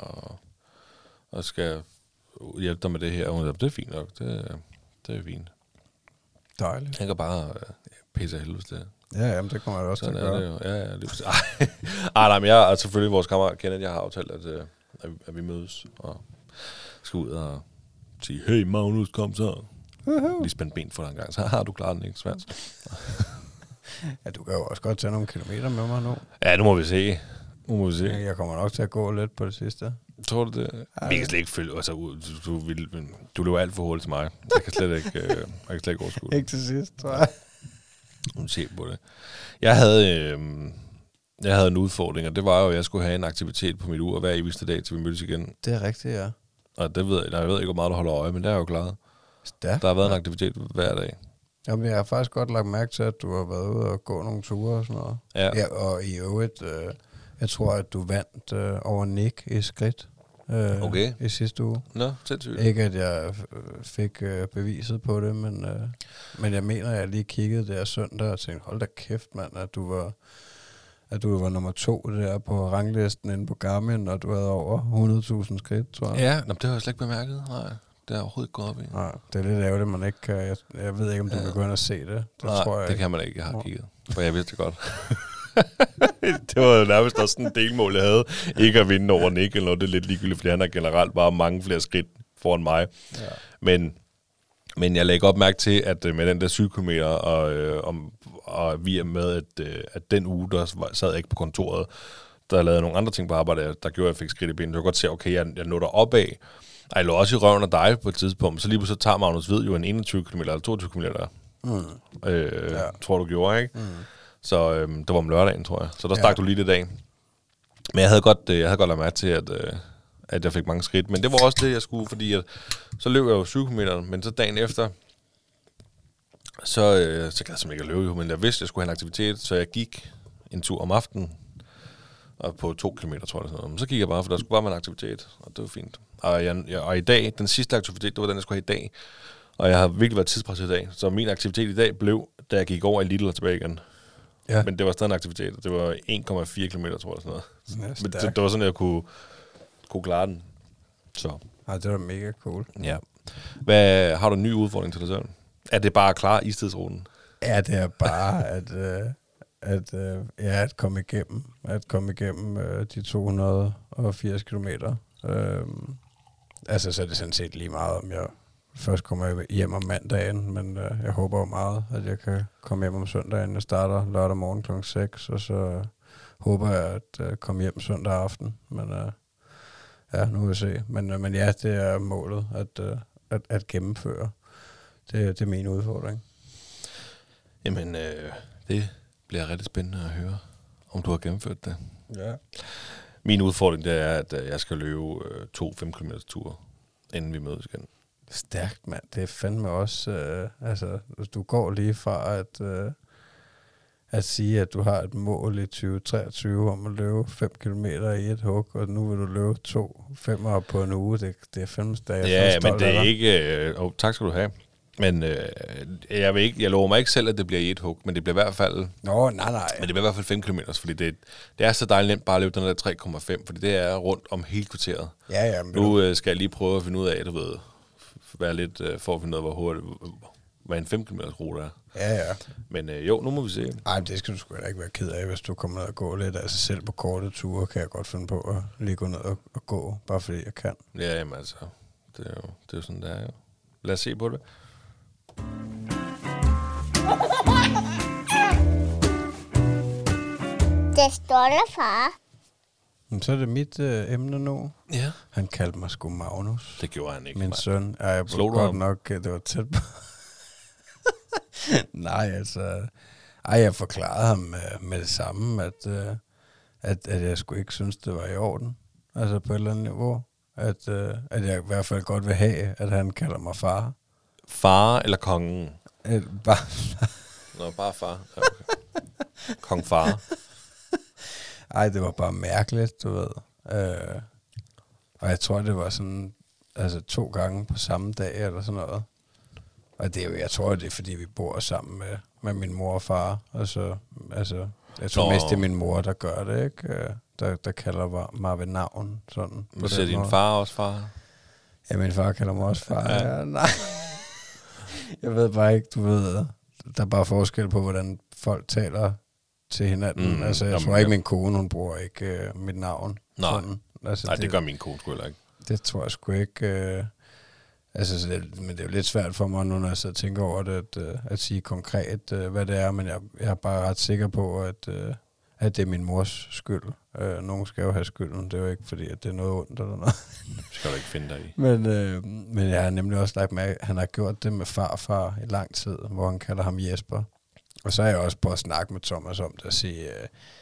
og skal hjælpe dig med det her. Og hun siger, det er fint nok, det er fint. Dejligt. Jeg kan bare pisse af helvede det. Ja, jamen, det kommer jeg også til at gøre. Ja, det nej, men jeg er selvfølgelig vores kammerat Kenneth, jeg har aftalt, at vi mødes og skal ud og sige, hey Magnus, kom så. Lige spændt ben for dig en gang, så har du klaret den, ikke svært. Ja, du kan jo også godt tage nogle kilometer med mig nu. Ja, nu må vi se. Jeg kommer nok til at gå lidt på det sidste. Tror du det? Vi kan slet ikke følge, altså du løber alt for hurtigt til mig. Jeg kan slet ikke overskue. Ikke til sidst, tror jeg. Nu se på det. Jeg havde en udfordring, og det var jo, at jeg skulle have en aktivitet på mit ur hver eneste dag, til vi mødtes igen. Det er rigtigt, ja. Og jeg ved ikke, hvor meget du holder øje, men det er jo klaret. Stærkt. Der har været en aktivitet hver dag. Jamen, jeg har faktisk godt lagt mærke til, at du har været ude og gå nogle ture og sådan noget. Ja, og i øvrigt, jeg tror, at du vandt over Nick i skridt i sidste uge. Nå, sindssygt. Ikke, at jeg fik beviset på det, men jeg mener, at jeg lige kiggede der søndag og tænkte, hold da kæft, mand, at du var nummer 2 der på ranglisten inde på Garmin, og du havde over 100.000 skridt, tror jeg. Ja, det har jeg slet ikke bemærket. Nej, det er overhovedet ikke gået op i. Nej, det er lidt ærgerligt, man ikke kan. Jeg ved ikke, om du kan gå ind og se det. Nej, tror jeg det ikke. kan man ikke. Jeg har kigget, for jeg vidste det godt. Det var jo nærmest også sådan en delmål, jeg havde. Ikke at vinde over Nick eller noget, det er lidt ligegyldigt, fordi han har generelt bare mange flere skridt foran mig. Ja. Men jeg lægger op mærke til, at med den der 7 kilometer, og vi er med, at den uge, der sad jeg ikke på kontoret, der lavede nogle andre ting på arbejde, der gjorde, at jeg fik skridt i benene. Jeg kunne godt se, okay, jeg nåede derop af. Jeg lå også i røven af dig på et tidspunkt, så lige så tager Magnus Hvid jo en 21 km eller 22 km. Tror du gjorde, ikke? Så det var om lørdagen, tror jeg. Så der stak du lige det dag. Men jeg havde godt lagt mærke til, at jeg fik mange skridt. Men det var også det, jeg skulle, fordi så løb jeg jo 7 km, men så dagen efter, så kan jeg simpelthen ikke løbe, men jeg vidste, at jeg skulle have en aktivitet, så jeg gik en tur om aftenen, og på 2 kilometer, tror jeg. Sådan noget. Men så gik jeg bare, for der skulle bare være en aktivitet, og det var fint. Og i dag, den sidste aktivitet, det var den, jeg skulle have i dag, og jeg har virkelig været tidspresset i dag, så min aktivitet i dag blev, da jeg gik over i Lidl og tilbage igen. Ja. Men det var stadig en aktivitet, og det var 1,4 kilometer, tror jeg, sådan noget. Men det var sådan, at jeg kunne klare den. Så. Ja, det var mega cool. Ja. Har du en ny udfordring til dig selv? Er det bare at klare istidsruten? Ja, det er bare at komme igennem. At komme igennem de 280 kilometer. Så er det sådan set lige meget, om jeg først kommer hjem om mandagen, men jeg håber jo meget, at jeg kan komme hjem om søndagen. Jeg starter lørdag morgen kl. 6, og så håber jeg at komme hjem søndag aften. Men nu vil vi se. Men ja, det er målet at gennemføre. Det er min udfordring. Jamen, det bliver rigtig spændende at høre, om du har gennemført det. Ja. Min udfordring, det er, at jeg skal løbe 2 5 km ture, inden vi mødes igen. Stærkt, mand. Det er fandme også... du går lige fra at sige, at du har et mål i 2023 om at løbe 5 kilometer i et hug, og nu vil du løbe 2 5'ere på en uge. Det er fandme stærkt. Ja, men det er ikke... tak skal du have. Men jeg lover mig ikke selv, at det bliver i et hug, men det bliver i hvert fald... Nej. Men det bliver i hvert fald 5 km, fordi det er så dejligt nemt bare at løbe den der 3,5, fordi det er rundt om hele kvarteret. Ja. Nu skal jeg lige prøve at finde ud af, være lidt for at finde ud af, hvor hurtigt, hvad en 5 km rute er. Ja. Men nu må vi se. Ej, det skal du sgu da ikke være ked af, hvis du kommer ned og går lidt. Altså selv på korte ture kan jeg godt finde på at lige gå ned og gå, bare fordi jeg kan. Ja, jamen altså, det er jo sådan, det er jo. Lad os se på det. Det stolte far. Så er det mit emne nu. Ja. Han kaldte mig sgu Magnus. Det gjorde han ikke. Min søn. Jeg slog godt nok, det var tæt på. Nej, altså... jeg forklarede ham med det samme, at jeg skulle ikke synes, det var i orden. Altså på et eller andet niveau. At jeg i hvert fald godt vil have, at han kalder mig far. Far eller kongen? Bare bare far. Ja, okay. Kong far. Ej, det var bare mærkeligt, du ved. Og jeg tror, det var sådan, 2 gange på samme dag, eller sådan noget. Og det er jo, jeg tror, det er, fordi vi bor sammen med min mor og far. Jeg tror mest, det er min mor, der gør det, ikke? Der kalder mig ved navn, sådan. Men ser din far også far? Ja, min far kalder mig også far. Ja, nej. Jeg ved bare ikke, du ved, der er bare forskel på, hvordan folk taler til hinanden. Jeg tror ikke, min kone, hun bruger ikke mit navn. Nej, det gør min kone sgu heller ikke. Det tror jeg sgu ikke. Men det er jo lidt svært for mig nu, når jeg så tænker over det, at sige konkret, hvad det er. Men jeg er bare ret sikker på, at det er min mors skyld. Nogen skal jo have skylden. Det er jo ikke fordi, at det er noget ondt eller noget. Det skal du ikke finde dig i. Men jeg har nemlig også lagt med, at han har gjort det med farfar i lang tid, hvor han kalder ham Jesper. Og så har jeg også prøvet at snakke med Thomas om det og sige,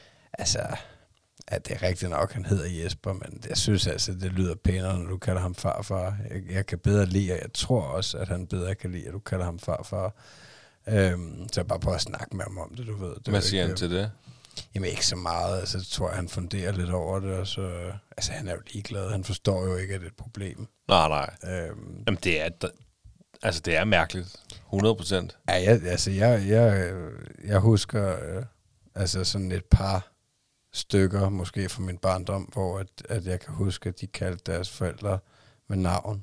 at det er rigtigt nok, han hedder Jesper, men jeg synes det lyder pænere, når du kalder ham farfar. Jeg kan bedre lide, og jeg tror også, at han bedre kan lide, at du kalder ham farfar. Så jeg bare prøver at snakke med ham om det, du ved. Hvad siger han til det? Jamen ikke så meget, jeg tror, han funderer lidt over det, og så, han er jo ligeglad, han forstår jo ikke, at det er et problem. Nej. Jamen det er mærkeligt, 100%. Ja, jeg husker, sådan et par stykker, måske fra min barndom, hvor at jeg kan huske, at de kaldte deres forældre med navn,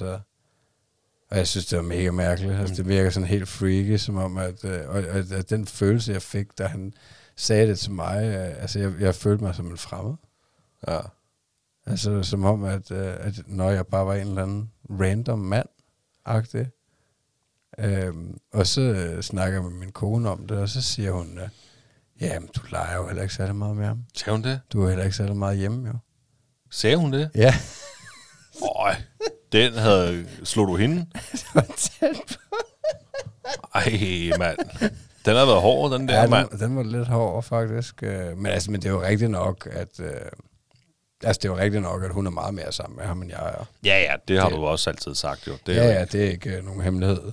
og jeg synes, det var mega mærkeligt, det virker sådan helt freaky, som om, at den følelse, jeg fik, da han sagde det til mig, jeg følte mig som en fremmed. Ja. Som om, at når jeg bare var en eller anden random mand-agtig. Og så snakker jeg med min kone om det, og så siger hun, jamen, du leger jo heller ikke særlig meget med ham. Sagde hun det? Du er heller ikke særlig meget hjemme, jo. Sagde hun det? Ja. Slog du hende? Det var tæt på. Ej, mand. Den har været hård, den der, mand. Den var lidt hård, faktisk. Men det er jo rigtigt nok, at... det er jo rigtigt nok, at hun er meget mere sammen med ham, end jeg er. Ja, det har du også altid sagt, jo. Det er det er ikke nogen hemmelighed.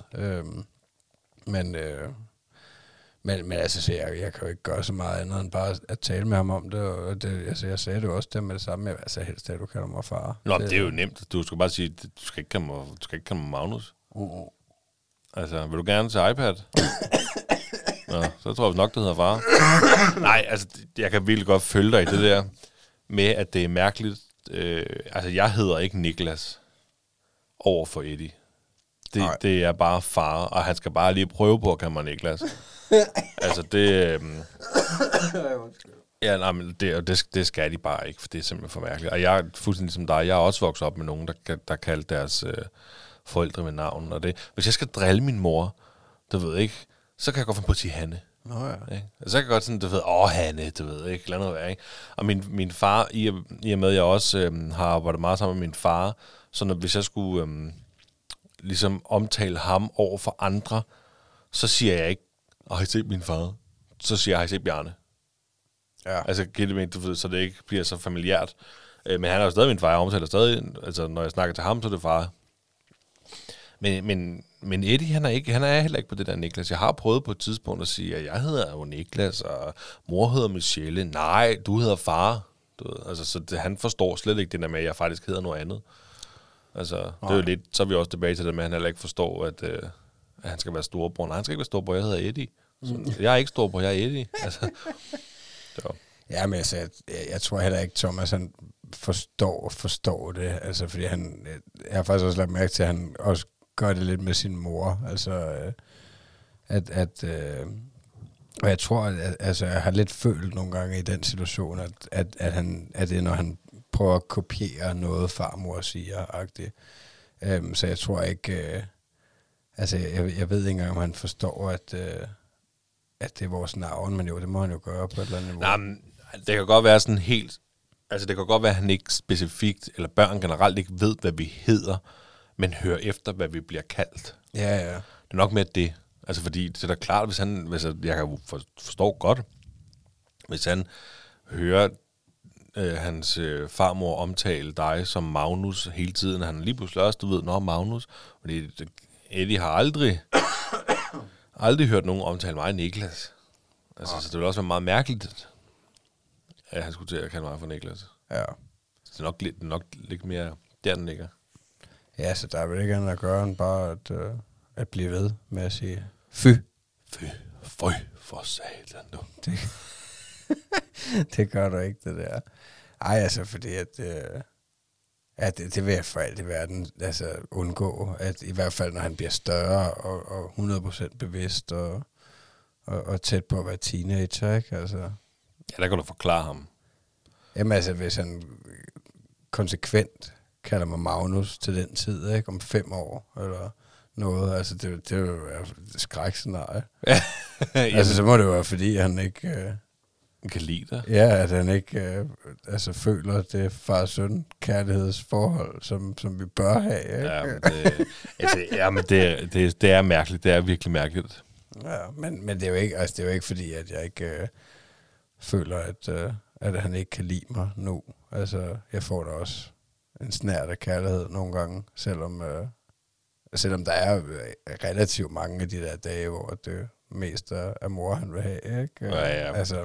Men altså, så jeg kan jo ikke gøre så meget andet end bare at tale med ham om det. Og jeg sagde det jo også der med det samme. Jeg vil helst, at du kalder mig far. Nå, det er jo nemt. Du skal bare sige, du skal ikke kalde mig Magnus. Altså, vil du gerne til iPad? Nå, så tror jeg nok, det hedder far. Nej, altså, jeg kan virkelig godt følge dig i det der med, at det er mærkeligt. Altså, jeg hedder ikke Niklas over for Eddie. Det er bare far, og han skal bare lige prøve på at kalde mig Niklas. Altså, det... ja, nej, men det skal de bare ikke, for det er simpelthen for mærkeligt. Og jeg er fuldstændig som dig. Jeg er også vokset op med nogen, der kaldte deres forældre med navn. Og det. Hvis jeg skal drille min mor, du ved ikke, så kan jeg godt finde på at sige Hanne. Nå ja. Ikke? Så kan jeg godt sådan, du ved, Hanne, du ved ikke, lad noget være, ikke? Og min far, i og med, at jeg også har arbejdet meget sammen med min far, så hvis jeg skulle ligesom omtale ham over for andre, så siger jeg ikke, har I set min far? Så siger jeg, har I set Bjarne? Ja. Altså, giver det mig, du ved, så det ikke bliver så familiært. Men han er jo stadig min far, jeg omtaler stadig, altså når jeg snakker til ham, så er det far. Men Eddie, han er heller ikke på det der Niklas. Jeg har prøvet på et tidspunkt at sige, at jeg hedder jo Niklas, og mor hedder Michelle. Nej, du hedder far. Du ved, altså, så han forstår slet ikke det der med, at jeg faktisk hedder noget andet. Altså, det er jo lidt, så er vi også tilbage til det med, at han heller ikke forstår, at han skal være storebror. Nej, han skal ikke være storebror, jeg hedder Eddie. Så, jeg er ikke storebror, jeg er Eddie. Altså, så. Ja, men altså, jeg tror heller ikke, Thomas han forstår det. Altså, fordi jeg har faktisk også lagt mærke til, at han også gør det lidt med sin mor. Altså, og jeg tror, at jeg har lidt følt nogle gange i den situation, at det er, når han prøver at kopiere noget, farmor siger-agtigt. Så jeg tror ikke... jeg ved ikke engang, om han forstår, at det er vores navn, men jo, det må han jo gøre på et eller andet niveau. Nej, men det kan godt være sådan helt... Altså, det kan godt være, at han ikke specifikt, eller børn generelt ikke ved, hvad vi hedder, men hører efter, hvad vi bliver kaldt. Ja. Det er nok med det. Altså, fordi det er da klart, hvis jeg kan forstå godt, hvis han hører hans farmor omtale dig som Magnus hele tiden, han er lige pludselig også, du ved, Magnus, fordi Eddie har aldrig hørt nogen omtale mig Niklas. Altså, så det vil også være meget mærkeligt, at han skulle til at kalde mig for Niklas. Ja. Så det er nok lidt mere der, den ligger. Ja, så der er vel ikke andet at gøre, end bare at blive ved med at sige, fy for satan, du. Det gør du ikke, det der. Ej, altså, fordi at det vil jeg for alt i verden altså undgå, at i hvert fald, når han bliver større og 100% bevidst og tæt på at være teenager, ikke? Altså. Ja, der kan du forklare ham. Jamen altså, hvis han konsekvent kalder mig Magnus til den tid, ikke? Om 5 år, eller noget, altså det vil jo være et skrækscenarie. Altså, så må det jo være, fordi han ikke... kan lide dig. Ja, at han ikke føler det far-søn kærlighedsforhold, som vi bør have. Ikke? Men det er mærkeligt. Det er virkelig mærkeligt. Ja, men det er jo ikke, det er jo ikke fordi, at jeg ikke føler, at han ikke kan lide mig nu. Altså, jeg får da også en snært af kærlighed nogle gange, selvom der er relativt mange af de der dage, hvor det mest af mor, han vil have, ikke? Ja. Altså,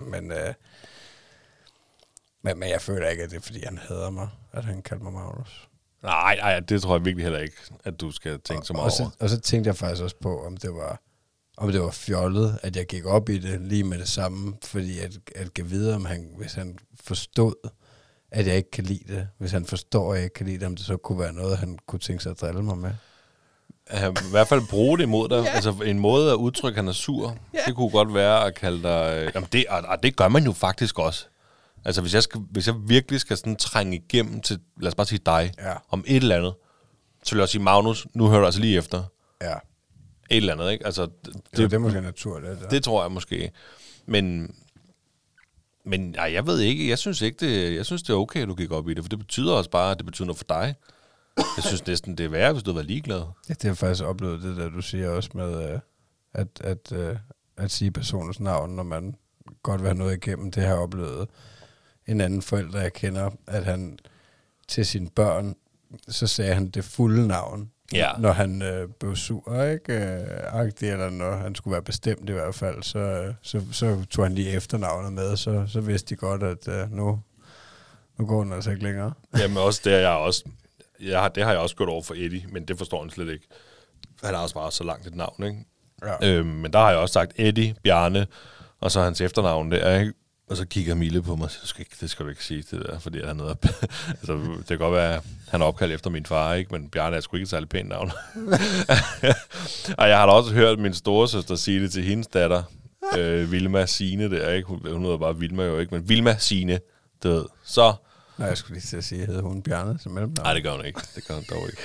men jeg føler ikke, at det er, fordi han hader mig, at han kalder mig Magnus. Nej, det tror jeg virkelig heller ikke, at du skal tænke så meget over. Og så tænkte jeg faktisk også på, om det var fjollet, at jeg gik op i det lige med det samme, fordi at gå videre, hvis han forstod, at jeg ikke kan lide det, hvis han forstår, at jeg ikke kan lide det, om det så kunne være noget, han kunne tænke sig at drille mig med. I hvert fald bruge det imod dig. Yeah. Altså en måde at udtrykke, at han er sur, yeah. Det kunne godt være at kalde dig... Jamen det gør man jo faktisk også. Altså hvis jeg virkelig skal sådan trænge igennem til, lad os bare sige dig, om et eller andet, så vil jeg også sige, Magnus, nu hører du altså lige efter. Ja. Et eller andet, ikke? Altså, det er måske naturligt. Det tror jeg måske. Men jeg ved ikke, jeg synes det er okay, at du gik op i det, for det betyder også bare, at det betyder noget for dig. Jeg synes næsten, det er værre, hvis du var ligeglad. Ja, det har faktisk oplevet det der, du siger også med, at sige personens navn, når man godt vil have noget igennem. Det har jeg oplevet. En anden forælder, jeg kender, at han til sine børn, så sagde han det fulde navn, når han blev sur, ikke? Eller når han skulle være bestemt i hvert fald, så tog han lige efternavnet med, så vidste de godt, at nu går den altså ikke længere. Jamen også det har jeg også gjort over for Eddie, men det forstår han slet ikke. Han har også bare så langt et navn, ikke? Ja. Men der har jeg også sagt Eddie, Bjarne, og så hans efternavn der, ikke? Og så kigger Mille på mig og siger, det skal du ikke sige det der, fordi han er altså, det kan godt være, at han er opkaldt efter min far, ikke? Men Bjarne er sgu ikke et særlig pænt navn. Og jeg har da også hørt min storesøster sige det til hendes datter, Vilma Signe der, ikke? Hun hedder bare Vilma jo ikke, men Vilma Signe, det ved. Så... Nej, jeg skulle lige til at sige, hedder hun Bjarne som mellemnavn? Nej, det gør hun ikke. Det gør hun dog ikke.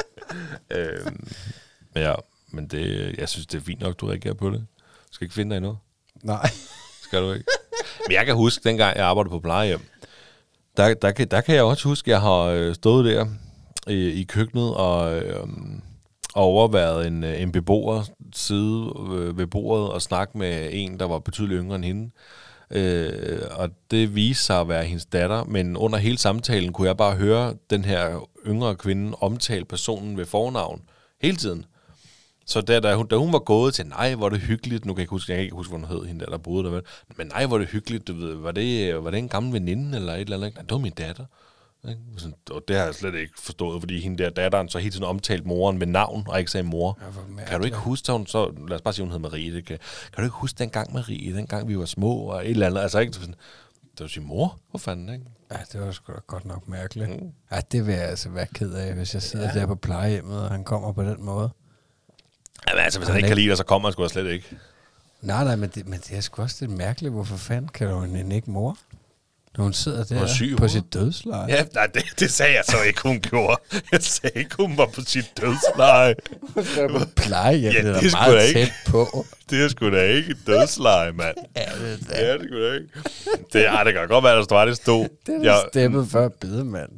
Men det, jeg synes, det er fint nok, du reagerer på det. Du skal ikke finde dig endnu. Nej. Skal du ikke? Men jeg kan huske, dengang jeg arbejdede på plejehjem, der kan jeg også huske, at jeg har stået der i køkkenet og overværet en beboer sidde ved bordet og snakke med en, der var betydeligt yngre end hende. Og det viste sig at være hendes datter, men under hele samtalen kunne jeg bare høre den her yngre kvinde omtale personen ved fornavn hele tiden. Så da hun var gået til, nej, hvor det hyggeligt, nu kan jeg ikke huske, hvad hun hed, hende der boede der, men nej, hvor det hyggeligt, du ved, var det en gammel veninde eller et eller andet? Nej, det var min datter. Og det har jeg slet ikke forstået, fordi hende der datteren så hele tiden omtalt moren med navn, og ikke sagde mor. Ja, kan du ikke huske, hun så, lad os bare sige, hun hed Marie, kan du ikke huske dengang Marie, dengang vi var små, og et eller andet, altså ikke sådan, det vil sige mor, hvor fanden, ikke? Ja, det var sgu da godt nok mærkeligt. Ja, det vil jeg altså være ked af, hvis jeg sidder der på plejehjemmet, og han kommer på den måde. Jamen altså, hvis han ikke kan lide dig, så kommer han sgu da slet ikke. Nej, men det er sgu også lidt mærkeligt. Hvorfor fanden kan du hende ikke mor? Når hun sidder der på sit dødsleje. Ja, nej, det sagde jeg så ikke, hun gjorde. Jeg sagde ikke, hun var på sit dødsleje. Hun skal på plejehjem, ja, det er meget tæt på. Det er sgu da ikke et dødsleje, mand. Ja, det er det sgu da ikke. Det kan godt være, der stod, det stod. Det er steppet før bedemand.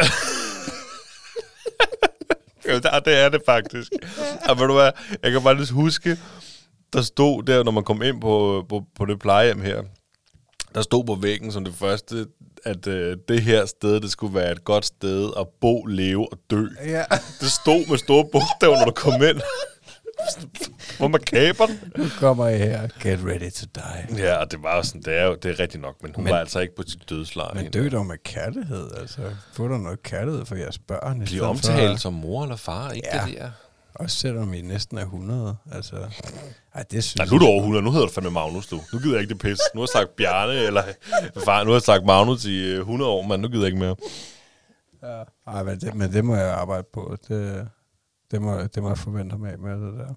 Ja, det er det faktisk. Og ved du hvad, jeg kan bare lige huske, der stod der, når man kom ind på det plejehjem her, der stod på væggen som det første, at det her sted, det skulle være et godt sted at bo, leve og dø. Ja. Det stod med store bogstaver, når du kom ind. Hvor man kaber den. Nu kommer jeg her. Get ready to die. Ja, og det var sådan, det er rigtigt nok, men hun var altså ikke på sit dødsleje. Men dø dog med kærlighed, altså. Få der noget kærlighed for jeres børn. Bliv omtalt som mor eller far, ikke det der? Også selvom I næsten er 100, altså. Ej, det synes nej, nu er du over 100, nu hedder du fandme Magnus, du. Nu gider jeg ikke det pis. Nu har jeg sagt Bjarne, eller far, nu har jeg sagt Magnus i 100 år, men nu gider jeg ikke mere. Ja. Ej, men det må jeg arbejde på. Det må jeg forvente mig med det der.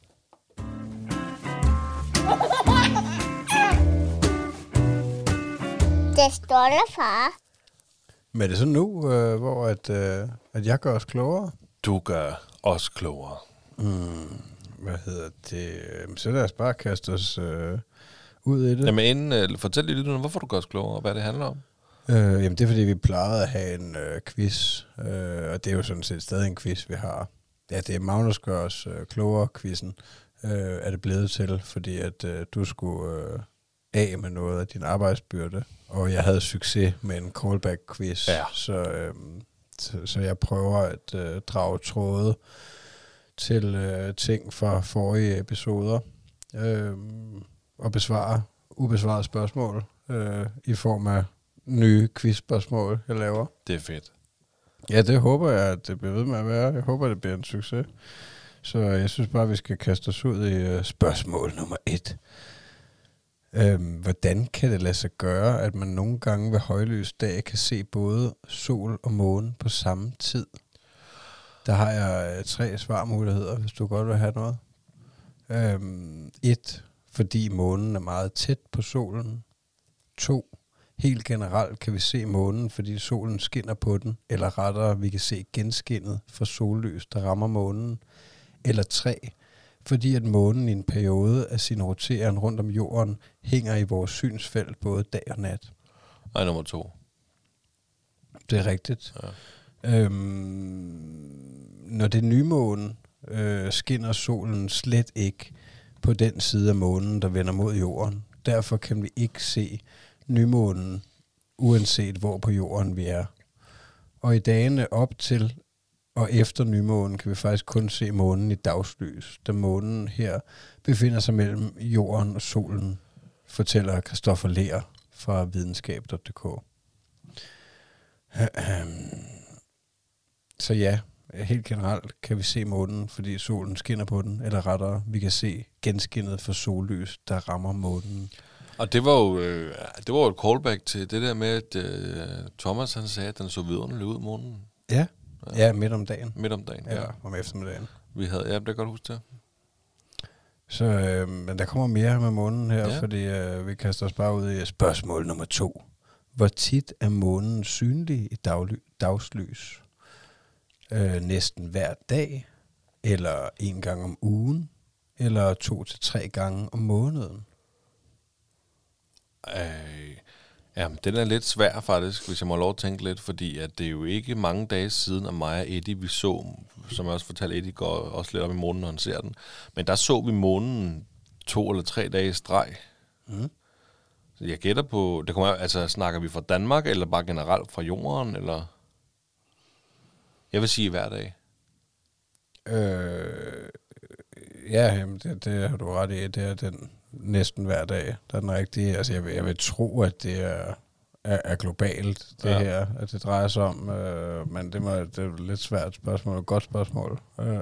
Det står der, far. Men er det så nu, hvor at jeg gør os klogere? Du gør os klogere. Hvad hedder det? Så lad os bare kaste os ud i det. Jamen fortæl lige lidt, hvorfor du gør os klogere, og hvad det handler om. Jamen det er, fordi vi plejede at have en quiz, og det er jo sådan set stadig en quiz, vi har. Ja, det er Magnus gør os klogere-quizzen, er det blevet til, fordi at du skulle af med noget af din arbejdsbyrde, og jeg havde succes med en callback-quiz, ja. Så jeg prøver at drage tråde til ting fra forrige episoder, og besvare ubesvarede spørgsmål i form af nye quizspørgsmål, jeg laver. Det er fedt. Ja, det håber jeg, at det bliver ved med at være. Jeg håber, det bliver en succes. Så jeg synes bare, vi skal kaste os ud i spørgsmål nummer 1. Hvordan kan det lade sig gøre, at man nogle gange ved højlys dag kan se både sol og måne på samme tid? Der har jeg 3 svarmuligheder, hvis du godt vil have noget. 1. Fordi månen er meget tæt på solen. 2. Helt generelt kan vi se månen, fordi solen skinner på den, eller rettere, vi kan se genskinnet fra sollys, der rammer månen. Eller 3. Fordi at månen i en periode af sin roteren rundt om jorden hænger i vores synsfelt både dag og nat. Nej, nummer 2. Det er rigtigt. Ja. Når det er nymåne, skinner solen slet ikke, på den side af månen, der vender mod jorden. Derfor kan vi ikke se nymånen, uanset hvor på jorden vi er. Og i dagene op til og efter nymånen kan vi faktisk kun se månen i dagslys, da månen her befinder sig mellem jorden og solen, fortæller Christoffer Lehr fra videnskab.dk. Så ja, helt generelt kan vi se månen, fordi solen skinner på den, eller rettere, vi kan se genskinnet for sollys, der rammer månen. Og det var jo et callback til det der med, at Thomas han sagde, at den så vidunderlig ud månen. Ja, midt om dagen. Midt om dagen, Eller om eftermiddagen. Vi havde, det kan jeg godt huske det. Så, men der kommer mere med månen her, fordi vi kaster os bare ud i spørgsmål nummer 2. Hvor tit er månen synlig i dagslys? Næsten hver dag, eller 1 gang om ugen, eller 2 til 3 gange om måneden? Den er lidt svær faktisk, hvis jeg må lov at tænke lidt, fordi at det er jo ikke mange dage siden, at mig og Eddie, vi så, som jeg også fortalte, Eddie går også lidt op i månen, når han ser den, men der så vi månen 2 eller 3 dage i streg. Så jeg gætter på, det kommer, altså snakker vi fra Danmark, eller bare generelt fra jorden, eller? Jeg vil sige hver dag. Det har du ret i, det er den næsten hver dag, der er den rigtige. Altså jeg vil tro, at det er globalt, det her, at det drejer sig om, men det er et lidt svært spørgsmål, et godt spørgsmål.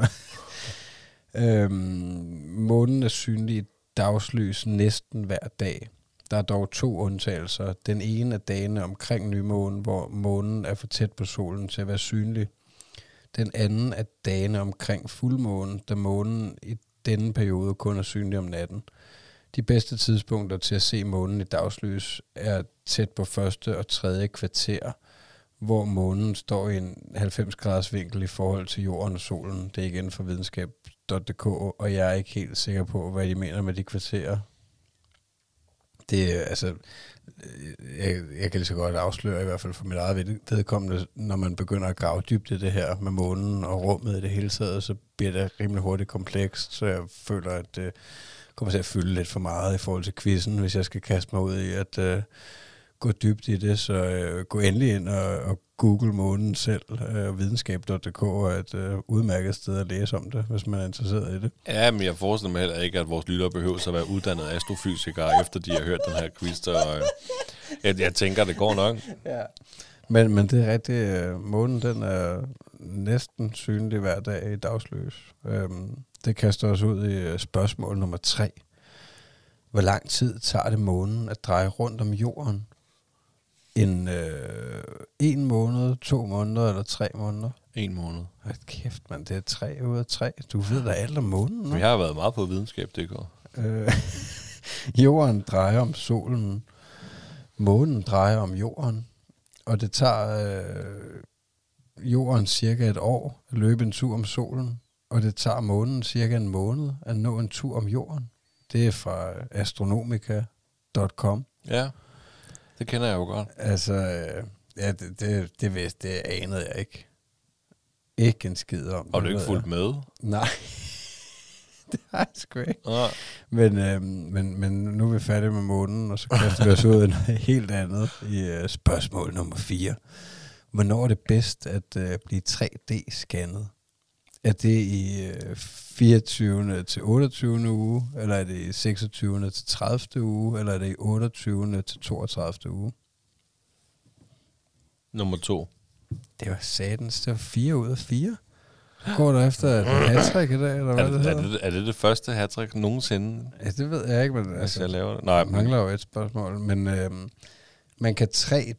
Månen er synlig i dagslys næsten hver dag. Der er dog 2 undtagelser. Den ene er dagene omkring nymånen, hvor månen er for tæt på solen til at være synlig. Den anden er dagene omkring fuldmånen, da månen i denne periode kun er synlig om natten. De bedste tidspunkter til at se månen i dagslys er tæt på første og tredje kvarter, hvor månen står i en 90 graders vinkel i forhold til jorden og solen. Det er igen fra videnskab.dk, og jeg er ikke helt sikker på, hvad de mener med de kvarterer. Det er altså, jeg kan lige så godt afsløre, i hvert fald for mit eget vedkommende, når man begynder at grave dybt i det her med månen og rummet i det hele taget, så bliver det rimelig hurtigt komplekst, så jeg føler, at det kommer til at fylde lidt for meget i forhold til quizzen, hvis jeg skal kaste mig ud i at gå dybt i det, så gå endelig ind og google månen selv. Videnskab.dk er et udmærket sted at læse om det, hvis man er interesseret i det. Ja, men jeg forestiller mig heller ikke, at vores lyttere behøver at være uddannede astrofysikere, efter de har hørt den her quiz, og jeg tænker, det går nok. Ja. Men det er rigtigt. Månen, den er næsten synlig hver dag i dagslys. Det kaster os ud i spørgsmål nummer 3. Hvor lang tid tager det månen at dreje rundt om jorden? 1 måned, 2 måneder eller 3 måneder? 1 måned. Hold kæft, man, det er 3 ud af 3. Du ved da alt om månen, nu. Vi har været meget på videnskab, det går. Jorden drejer om solen. Månen drejer om jorden. Og det tager jorden cirka 1 år at løbe en tur om solen. Og det tager månen cirka 1 måned at nå en tur om jorden. Det er fra astronomica.com. Ja, det kender jeg jo godt. Altså, ja, det anede jeg ikke. Ikke en skid om. Har du ikke fulgt med? Nej, det har jeg sgu ikke. Ja. Men nu er vi færdige med månen, og så kaster vi os ud i noget helt andet i spørgsmål nummer 4. Hvornår er det bedst at blive 3D-scannet? Er det i 24. til 28. uge, eller er det i 26. til 30. uge, eller er det i 28. til 32. uge? Nummer 2. Det var satans, det var 4 ud af 4. Går der efter et hattrick i dag, eller hvad det hedder? Er det første hattrick nogensinde? Ja, det ved jeg ikke, men altså, jeg laver det. Nej, mangler jo et spørgsmål, men man kan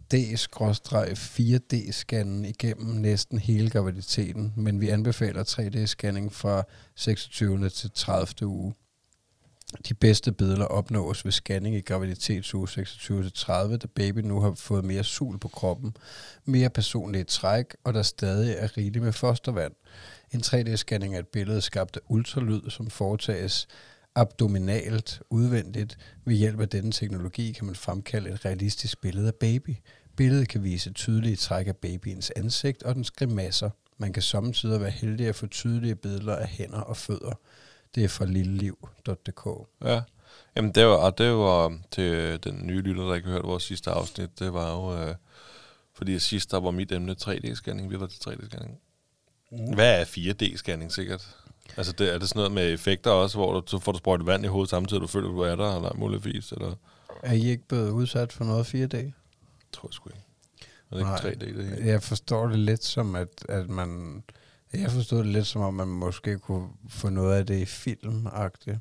3D/4D-scanne igennem næsten hele graviditeten, men vi anbefaler 3D-scanning fra 26. til 30. uge. De bedste billeder opnås ved scanning i graviditetsuge 26 til 30, da baby nu har fået mere sul på kroppen, mere personlige træk, og der stadig er rigeligt med fostervand. En 3D-scanning er et billede skabt af ultralyd, som foretages abdominalt udvendigt. Ved hjælp af denne teknologi kan man fremkalde et realistisk billede af baby. Billedet kan vise tydelige træk af babyens ansigt og dens grimasser. Man kan samtidig være heldig at få tydelige billeder af hænder og fødder. Det er fra lilleliv.dk. Ja. Jamen, det var til den nye lytter, der ikke har hørt vores sidste afsnit. Det var jo, fordi sidst der var mit emne 3D-scanning. Vi var til 3D-scanning. Hvad er 4D-scanning sikkert? Altså, er det sådan noget med effekter også, hvor du får sprøjtet vand i hovedet samtidig, du føler, du er der, eller muligvis, eller? Er I ikke blevet udsat for noget 4D? Tror jeg sgu ikke. Er det ikke 3D, det hele? Jeg forstår det lidt som, at man... Jeg forstod det lidt som om, man måske kunne få noget af det i film-agtigt.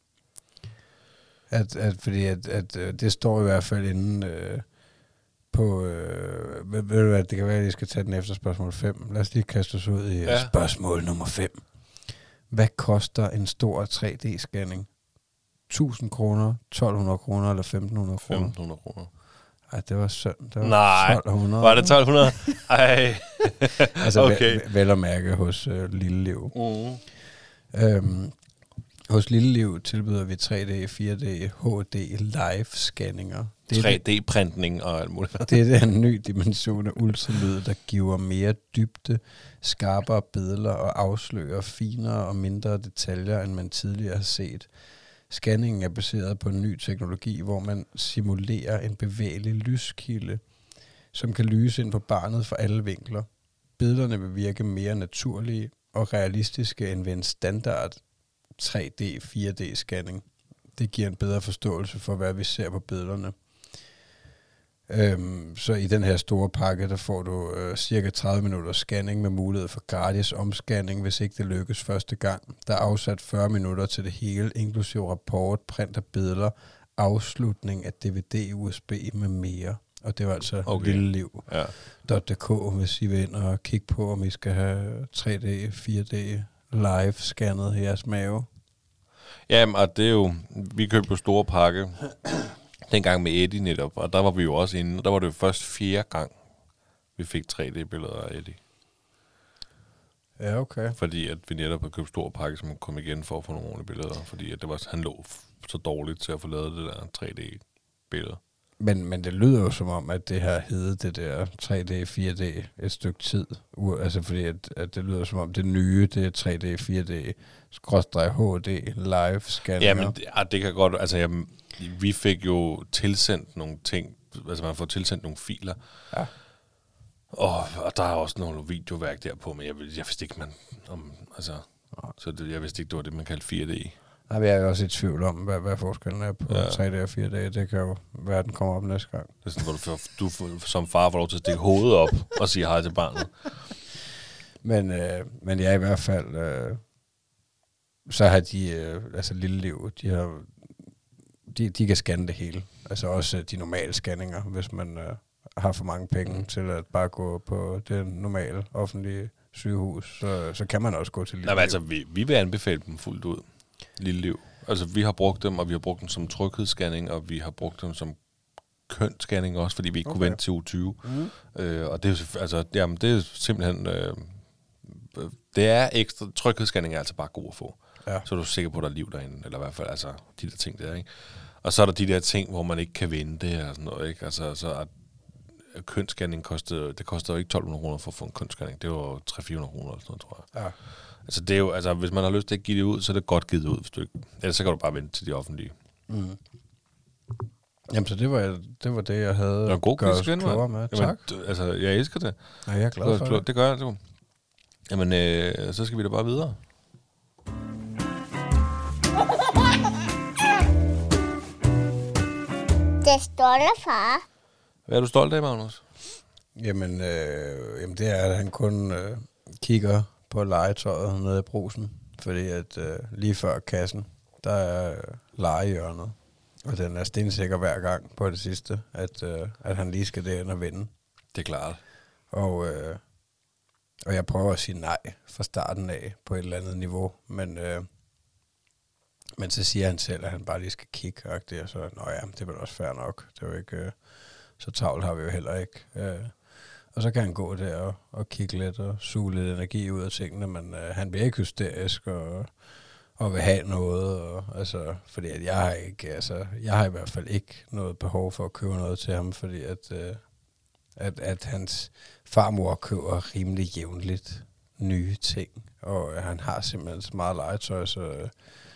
Fordi det står i hvert fald inde på... ved du hvad, det kan være, at I skal tage den efter spørgsmål 5. Lad os lige kaste os ud i spørgsmål nummer 5. Hvad koster en stor 3D-scanning? 1.000 kroner, 1.200 kroner eller 1.500 kroner? 1.500 kroner. Ej, det var synd. Det var Nej, 1.200. Var det 1.200? Ej. Altså okay. vel at mærke hos Lilleliv. Hos Lilleliv tilbyder vi 3D, 4D, HD live-scanninger. 3D-printning og alt muligt. Det er en ny dimension af ultralyd, der giver mere dybde, skarpere billeder og afslører finere og mindre detaljer, end man tidligere har set. Scanningen er baseret på en ny teknologi, hvor man simulerer en bevægelig lyskilde, som kan lyse ind på barnet fra alle vinkler. Billederne vil virke mere naturlige og realistiske end ved en standard 3D, 4D-scanning. Det giver en bedre forståelse for, hvad vi ser på billederne. Så i den her store pakke, der får du cirka 30 minutter scanning med mulighed for gratis omscanning, hvis ikke det lykkes første gang. Der er afsat 40 minutter til det hele, inklusive rapport, print af billeder, afslutning af DVD, USB med mere. Og det var altså lilleliv.dk, hvis I vil ind og kigge på, om I skal have 3D, 4D live scannet i jeres mave. Jamen, og det er jo... Vi købte jo store pakke dengang med Eddie netop, og der var vi jo også inde. Der var det jo først 4. gang, vi fik 3D-billeder af Eddie. Ja, okay. Fordi at vi netop har købt stor pakke, som kom igen for at få nogle ordentlige billeder. Fordi at han lå så dårligt til at få lavet det der 3D-billede. Men det lyder jo som om, at det har heddet det der 3D, 4D et stykke tid. Altså fordi at det lyder som om det nye, det er 3D, 4D, /HD, live scanning. Ja, men det kan godt... Altså, vi fik jo tilsendt nogle ting. Altså, man får tilsendt nogle filer. Ja. Og der er også nogle videoværk derpå, men jeg vidste ikke, jeg vidste ikke, det var det, man kaldte 4D. Nej, vi er jo også i tvivl om, hvad forskellen er på 3D og 4D. Det kan jo være, at den kommer op næste gang. Det er sådan, hvor du som far får lov til at stikke hovedet op og sige hej til barnet. Men ja, i hvert fald, så har de, altså Lilleliv, de kan scanne det hele. Altså også de normale scanninger, hvis man har for mange penge til at bare gå på det normale offentlige sygehus, så kan man også gå til Lilleliv. Nej, men altså, vi vil anbefale dem fuldt ud. Lilleliv. Altså, vi har brugt dem, og vi har brugt dem som tryghedsscanning, og vi har brugt dem som kønsscanning også, fordi vi ikke kunne vente til uge 20. Og det er jo altså, jamen, det er simpelthen... det er ekstra... Tryghedsscanning er altså bare god at få. Ja. Så er du sikker på, at der er liv derinde, eller i hvert fald altså, de der ting der, ikke? Og så er der de der ting, hvor man ikke kan vente, og sådan noget, ikke? Altså, så at kønsscanning koster jo ikke 1.200 kroner for at få en kønsscanning. Det var 300-400 kroner eller sådan noget, tror jeg. Ja. Altså, det er jo, altså, hvis man har lyst til at give det ud, så er det godt givet ud, hvis du ikke... Ellers så kan du bare vente til de offentlige. Mm. Jamen, så det var det, jeg havde. Det var en god quiz, med. Jamen, tak. Altså, jeg elsker det. Ja, jeg er glad for det. Det gør jeg, du. Jamen, så skal vi da bare videre. Det stolte far. Hvad er du stolt af, Magnus? Jamen, det er, at han kun kigger på legetøjet nede i Brugsen. Fordi at lige før kassen, der er legehjørnet. Og den er stensikker hver gang på det sidste, at han lige skal derind og vinde. Det er klart. Og jeg prøver at sige nej fra starten af på et eller andet niveau. Men så siger han selv, at han bare lige skal kigge. Og så, det er vel også fair nok. Det er jo ikke... Så travlt har vi jo heller ikke. Og så kan han gå der og kigge lidt og suge lidt energi ud af tingene, men han bliver ikke hysterisk og vil have noget. Og, altså, fordi at jeg har i hvert fald ikke noget behov for at købe noget til ham, fordi at hans farmor køber rimelig jævnligt nye ting. Og han har simpelthen så meget legetøj, så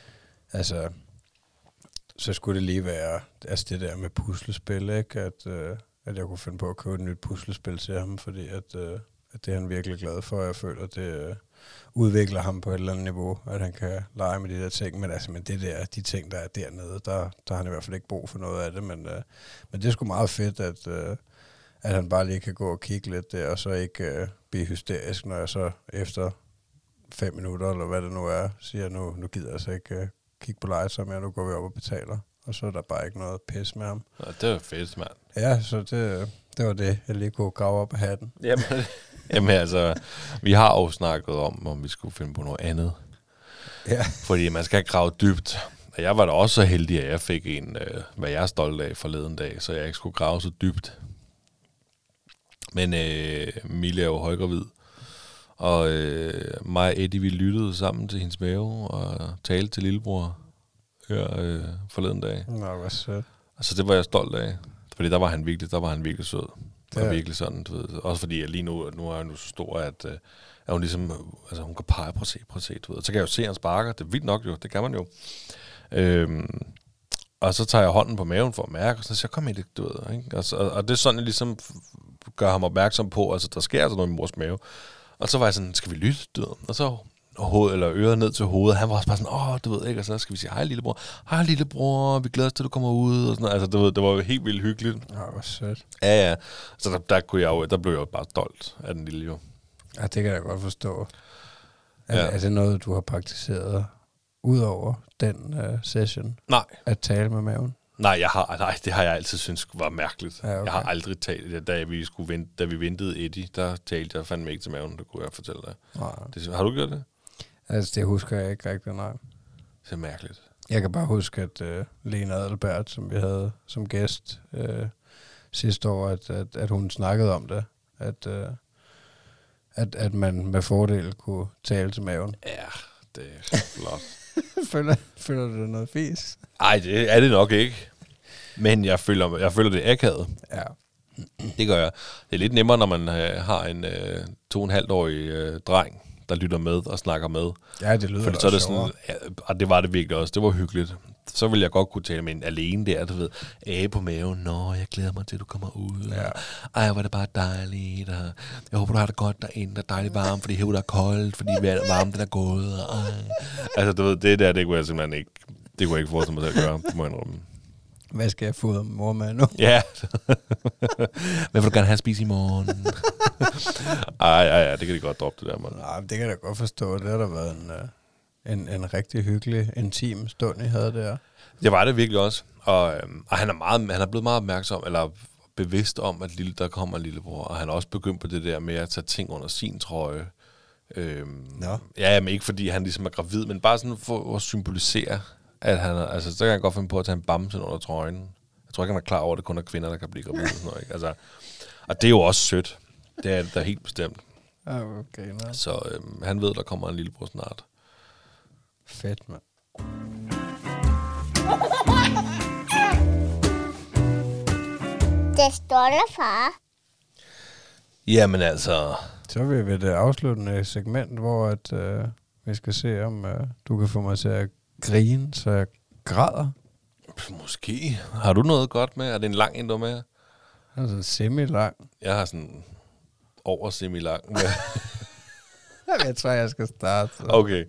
så skulle det lige være det der med puslespil, ikke? At jeg kunne finde på at købe et nyt puslespil til ham, fordi at det er han virkelig glad for. Jeg føler, at det udvikler ham på et eller andet niveau, at han kan lege med de der ting. Men men det der, de ting, der er dernede, der har han i hvert fald ikke brug for noget af det. Men det er sgu meget fedt, at han bare lige kan gå og kigge lidt der, og så ikke blive hysterisk, når jeg så efter 5 minutter, eller hvad det nu er, siger, nu gider jeg så ikke kigge på legetøj mere, nu går vi op og betaler. Og så er der bare ikke noget pis med ham. Ja, det var fedt, mand. Ja, så det var det, jeg lige kunne grave op af hatten. Jamen altså, vi har jo snakket om vi skulle finde på noget andet. Ja. Fordi man skal grave dybt. Og jeg var da også så heldig, at jeg fik en, hvad jeg er stolt af forleden dag, så jeg ikke skulle grave så dybt. Men Mille er jo højgravid. Og mig og Eddie, vi lyttede sammen til hendes mave og talte til lillebror her forleden dag. Nå, hvad sødt. Altså det var jeg stolt af. Fordi der var han virkelig sød. Det var virkelig sådan, du ved. Også fordi jeg lige nu er hun så stor, at hun ligesom, altså hun kan pege, prøv at se, du ved. Så kan jeg jo se, at han sparker. Det er vildt nok jo, det kan man jo. Og så tager jeg hånden på maven for at mærke, og så siger jeg, kom ind, du ved. Ikke? Og det er sådan, jeg ligesom gør ham opmærksom på, altså der sker altså noget i mors mave. Og så var jeg sådan, skal vi lytte, du ved. Og så øret ned til hovedet. Han var også bare sådan, du ved ikke, og så skal vi sige, hej lillebror, vi glæder os til, du kommer ud, og sådan noget. Altså, du ved, det var jo helt vildt hyggeligt. Hvor sødt. Ja. Så der blev jeg jo bare stolt af den lille jo. Ja, det kan jeg godt forstå. Er det noget, du har praktiseret ud over den session? Nej. At tale med maven? Nej, det har jeg altid syntes var mærkeligt. Ja, okay. Jeg har aldrig talt, da vi ventede Eddie, der talte jeg fandme ikke til maven, det kunne jeg fortælle dig. Nej. Har du gjort det? Altså, det husker jeg ikke rigtig, nej. Det er mærkeligt. Jeg kan bare huske, at Lena Adelbert, som vi havde som gæst sidste år, at hun snakkede om det, at man med fordel kunne tale til maven. Ja, det er flot. Føler du det noget fis? Nej, det er det nok ikke. Men jeg føler det akavet. Ja. Det gør jeg. Det er lidt nemmere, når man har en 2,5-årig dreng, der lytter med og snakker med. Ja, det lyder fordi så er det sådan, og det var det virkelig også. Det var hyggeligt. Så ville jeg godt kunne tale med en alene der, du ved. Æge på maven. Nå, jeg glæder mig til, at du kommer ud. Ja. Ej, hvor er det bare dejligt. Og jeg håber, du har det godt derinde. Der er dejligt varmt, fordi herude er koldt. Fordi varmen den er gået. Altså, du ved, det kunne jeg simpelthen ikke. Det kunne jeg ikke forestille mig til at gøre. Det må jeg indrømme. Hvad skal jeg fodre mor med nu? Ja. Hvad vil du gerne have at spise i morgen? Ej, det kan de godt droppe det der, mand. Nej, det kan jeg da godt forstå. Det har da været en rigtig hyggelig, intim stund, I havde der. Det var det virkelig også. Og han er blevet meget opmærksom, eller bevidst om, at der kommer en lillebror. Og han er også begyndt på det der med at tage ting under sin trøje. Ja, men ikke fordi han ligesom er gravid, men bare sådan for at symbolisere, at han altså så kan jeg godt finde på at tage en bamse under trøjen. Jeg tror ikke, han er klar over, at det kun er kvinder, der kan blive gravide. Sådan noget, ikke? Altså, og det er jo også sødt. Det er da helt bestemt. Okay, nej. Så han ved, der kommer en lillebror snart. Fedt, mand. Det står der, far. Jamen altså... Så er vi ved det afsluttende segment, hvor vi skal se, om du kan få mig til at grine, så jeg græder. Måske. Har du noget godt med? Er det en lang en, du med? Jeg har sådan semi-lang. Jeg har sådan over semi-lang med. Jeg tror, jeg skal starte. Så. Okay.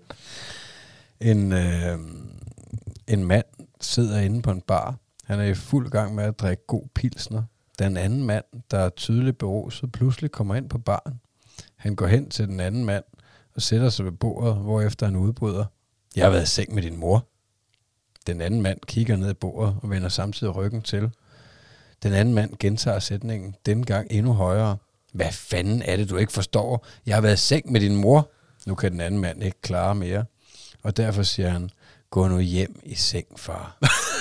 En mand sidder inde på en bar. Han er i fuld gang med at drikke god pilsner. Den anden mand, der er tydeligt beruset, pludselig kommer ind på baren. Han går hen til den anden mand og sætter sig ved bordet, hvorefter han udbryder: Jeg har været i seng med din mor. Den anden mand kigger ned i bordet og vender samtidig ryggen til. Den anden mand gentager sætningen, denne gang endnu højere. Hvad fanden er det, du ikke forstår? Jeg har været i seng med din mor. Nu kan den anden mand ikke klare mere. Og derfor siger han: Gå nu hjem i seng, far.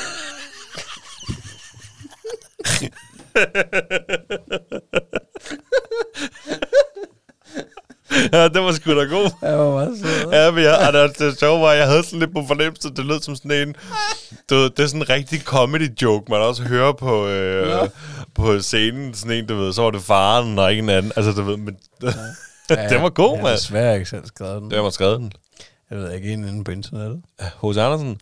Ja, det var sgu da god. Jeg var meget sød. Ja, men det sjove var, jeg havde sådan lidt på fornemmelse, det lød som sådan en... det er sådan en rigtig comedy joke, man også hører på scenen. Sådan en, du ved, så var det faren og ikke en anden. Altså, du ved, men... Den var god, mand. Jeg har desværre ikke selv skrevet den. Det var skrevet den. Jeg ved ikke, inde på internettet. H.C. Andersen.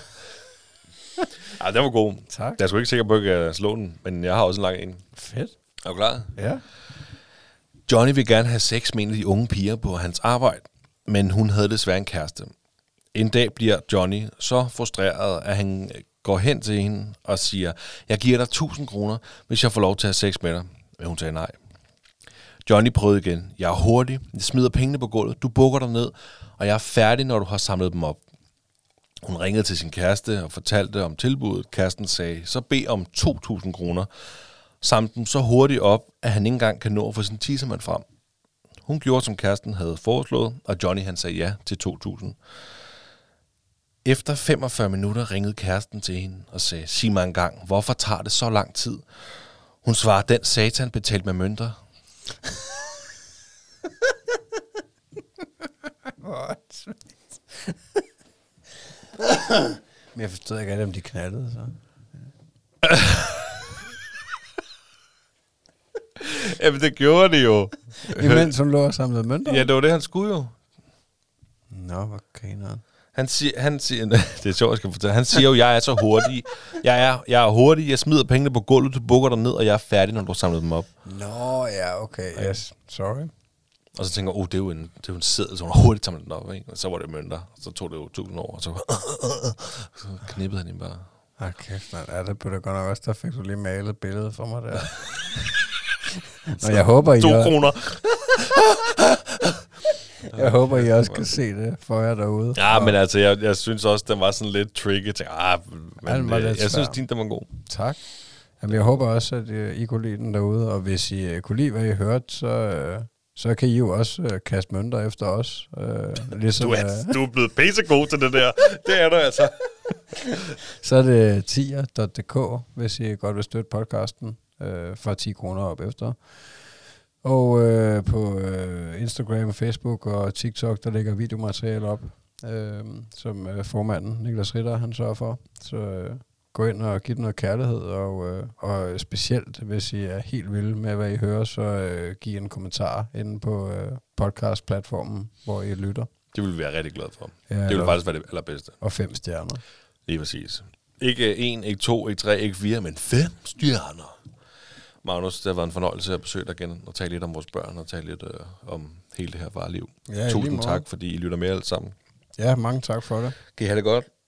Ja, den var god. Tak. Jeg er sgu ikke sikker på, at jeg kan slå den, men jeg har også en lang en. Fedt. Er du klar? Ja. Johnny vil gerne have sex med en af de unge piger på hans arbejde, men hun havde desværre en kæreste. En dag bliver Johnny så frustreret, at han går hen til hende og siger, jeg giver dig 1000 kroner, hvis jeg får lov til at have sex med dig. Men hun sagde nej. Johnny prøvede igen. Jeg er hurtig, jeg smider pengene på gulvet, du bukker dig ned, og jeg er færdig, når du har samlet dem op. Hun ringede til sin kæreste og fortalte om tilbuddet. Kæresten sagde, så bed om 2000 kroner, samt dem så hurtigt op, at han ikke engang kan nå at få sin tissemand frem. Hun gjorde, som kæresten havde foreslået, og Johnny han sagde ja til 2000. Efter 45 minutter ringede kæresten til hende og sagde, sig mig engang, hvorfor tager det så lang tid? Hun svarede, den satan betalte med mønter. Men jeg forstod ikke, om de knaldede så. Jamen, det gjorde det jo. Imens hun lå og samlede mønter? Ja, det var det, han skulle jo. Nå, hvor griner han siger, det er sjovt, jeg skal fortælle. Han siger jo, jeg er så hurtig. Jeg er hurtig, jeg smider pengene på gulvet, du bukker dig ned, og jeg er færdig, når du har samlet dem op. Nå, ja, okay, yes, sorry. Og så tænker jeg, det er jo en seddel, så hun hurtigt samlet den op, ikke? Og så var det mønter, og så tog det jo 1000 år, og så knippede han hende bare. Okay, ja, det blev da godt nok også, der fik du lige malet billedet for mig der. Nå, jeg håber, 2 kroner. Jeg håber, I også kan se det for jer derude. Ja, men altså, jeg synes også, den var sådan lidt tricky. Jeg tænkte, jeg synes, din var god. Tak. Jamen, jeg håber også, at I kunne lide den derude, og hvis I kunne lide, hvad I hørte, så kan I jo også kaste mønter efter os. Ligesom, du er blevet pissegod til det der. Det er du altså. Så er det tier.dk, hvis I godt vil støtte podcasten, fra 10 kroner op efter. Og på Instagram, Facebook og TikTok, der lægger videomateriale op, som formanden Niklas Ritter, han sørger for. Så gå ind og giv den noget kærlighed, og specielt, hvis I er helt vilde med, hvad I hører, så giv en kommentar inde på podcast-platformen, hvor I lytter. Det vil vi være rigtig glade for. Ja, det vil faktisk være det allerbedste. Og 5 stjerner. Lige præcis. Ikke 1, ikke 2, ikke 3, ikke 4, men 5 stjerner. Magnus, det har været en fornøjelse at besøge dig igen og tale lidt om vores børn og tale lidt om hele det her farliv. Ja, tusind tak, fordi I lytter med alle sammen. Ja, mange tak for det. Kan I have det godt?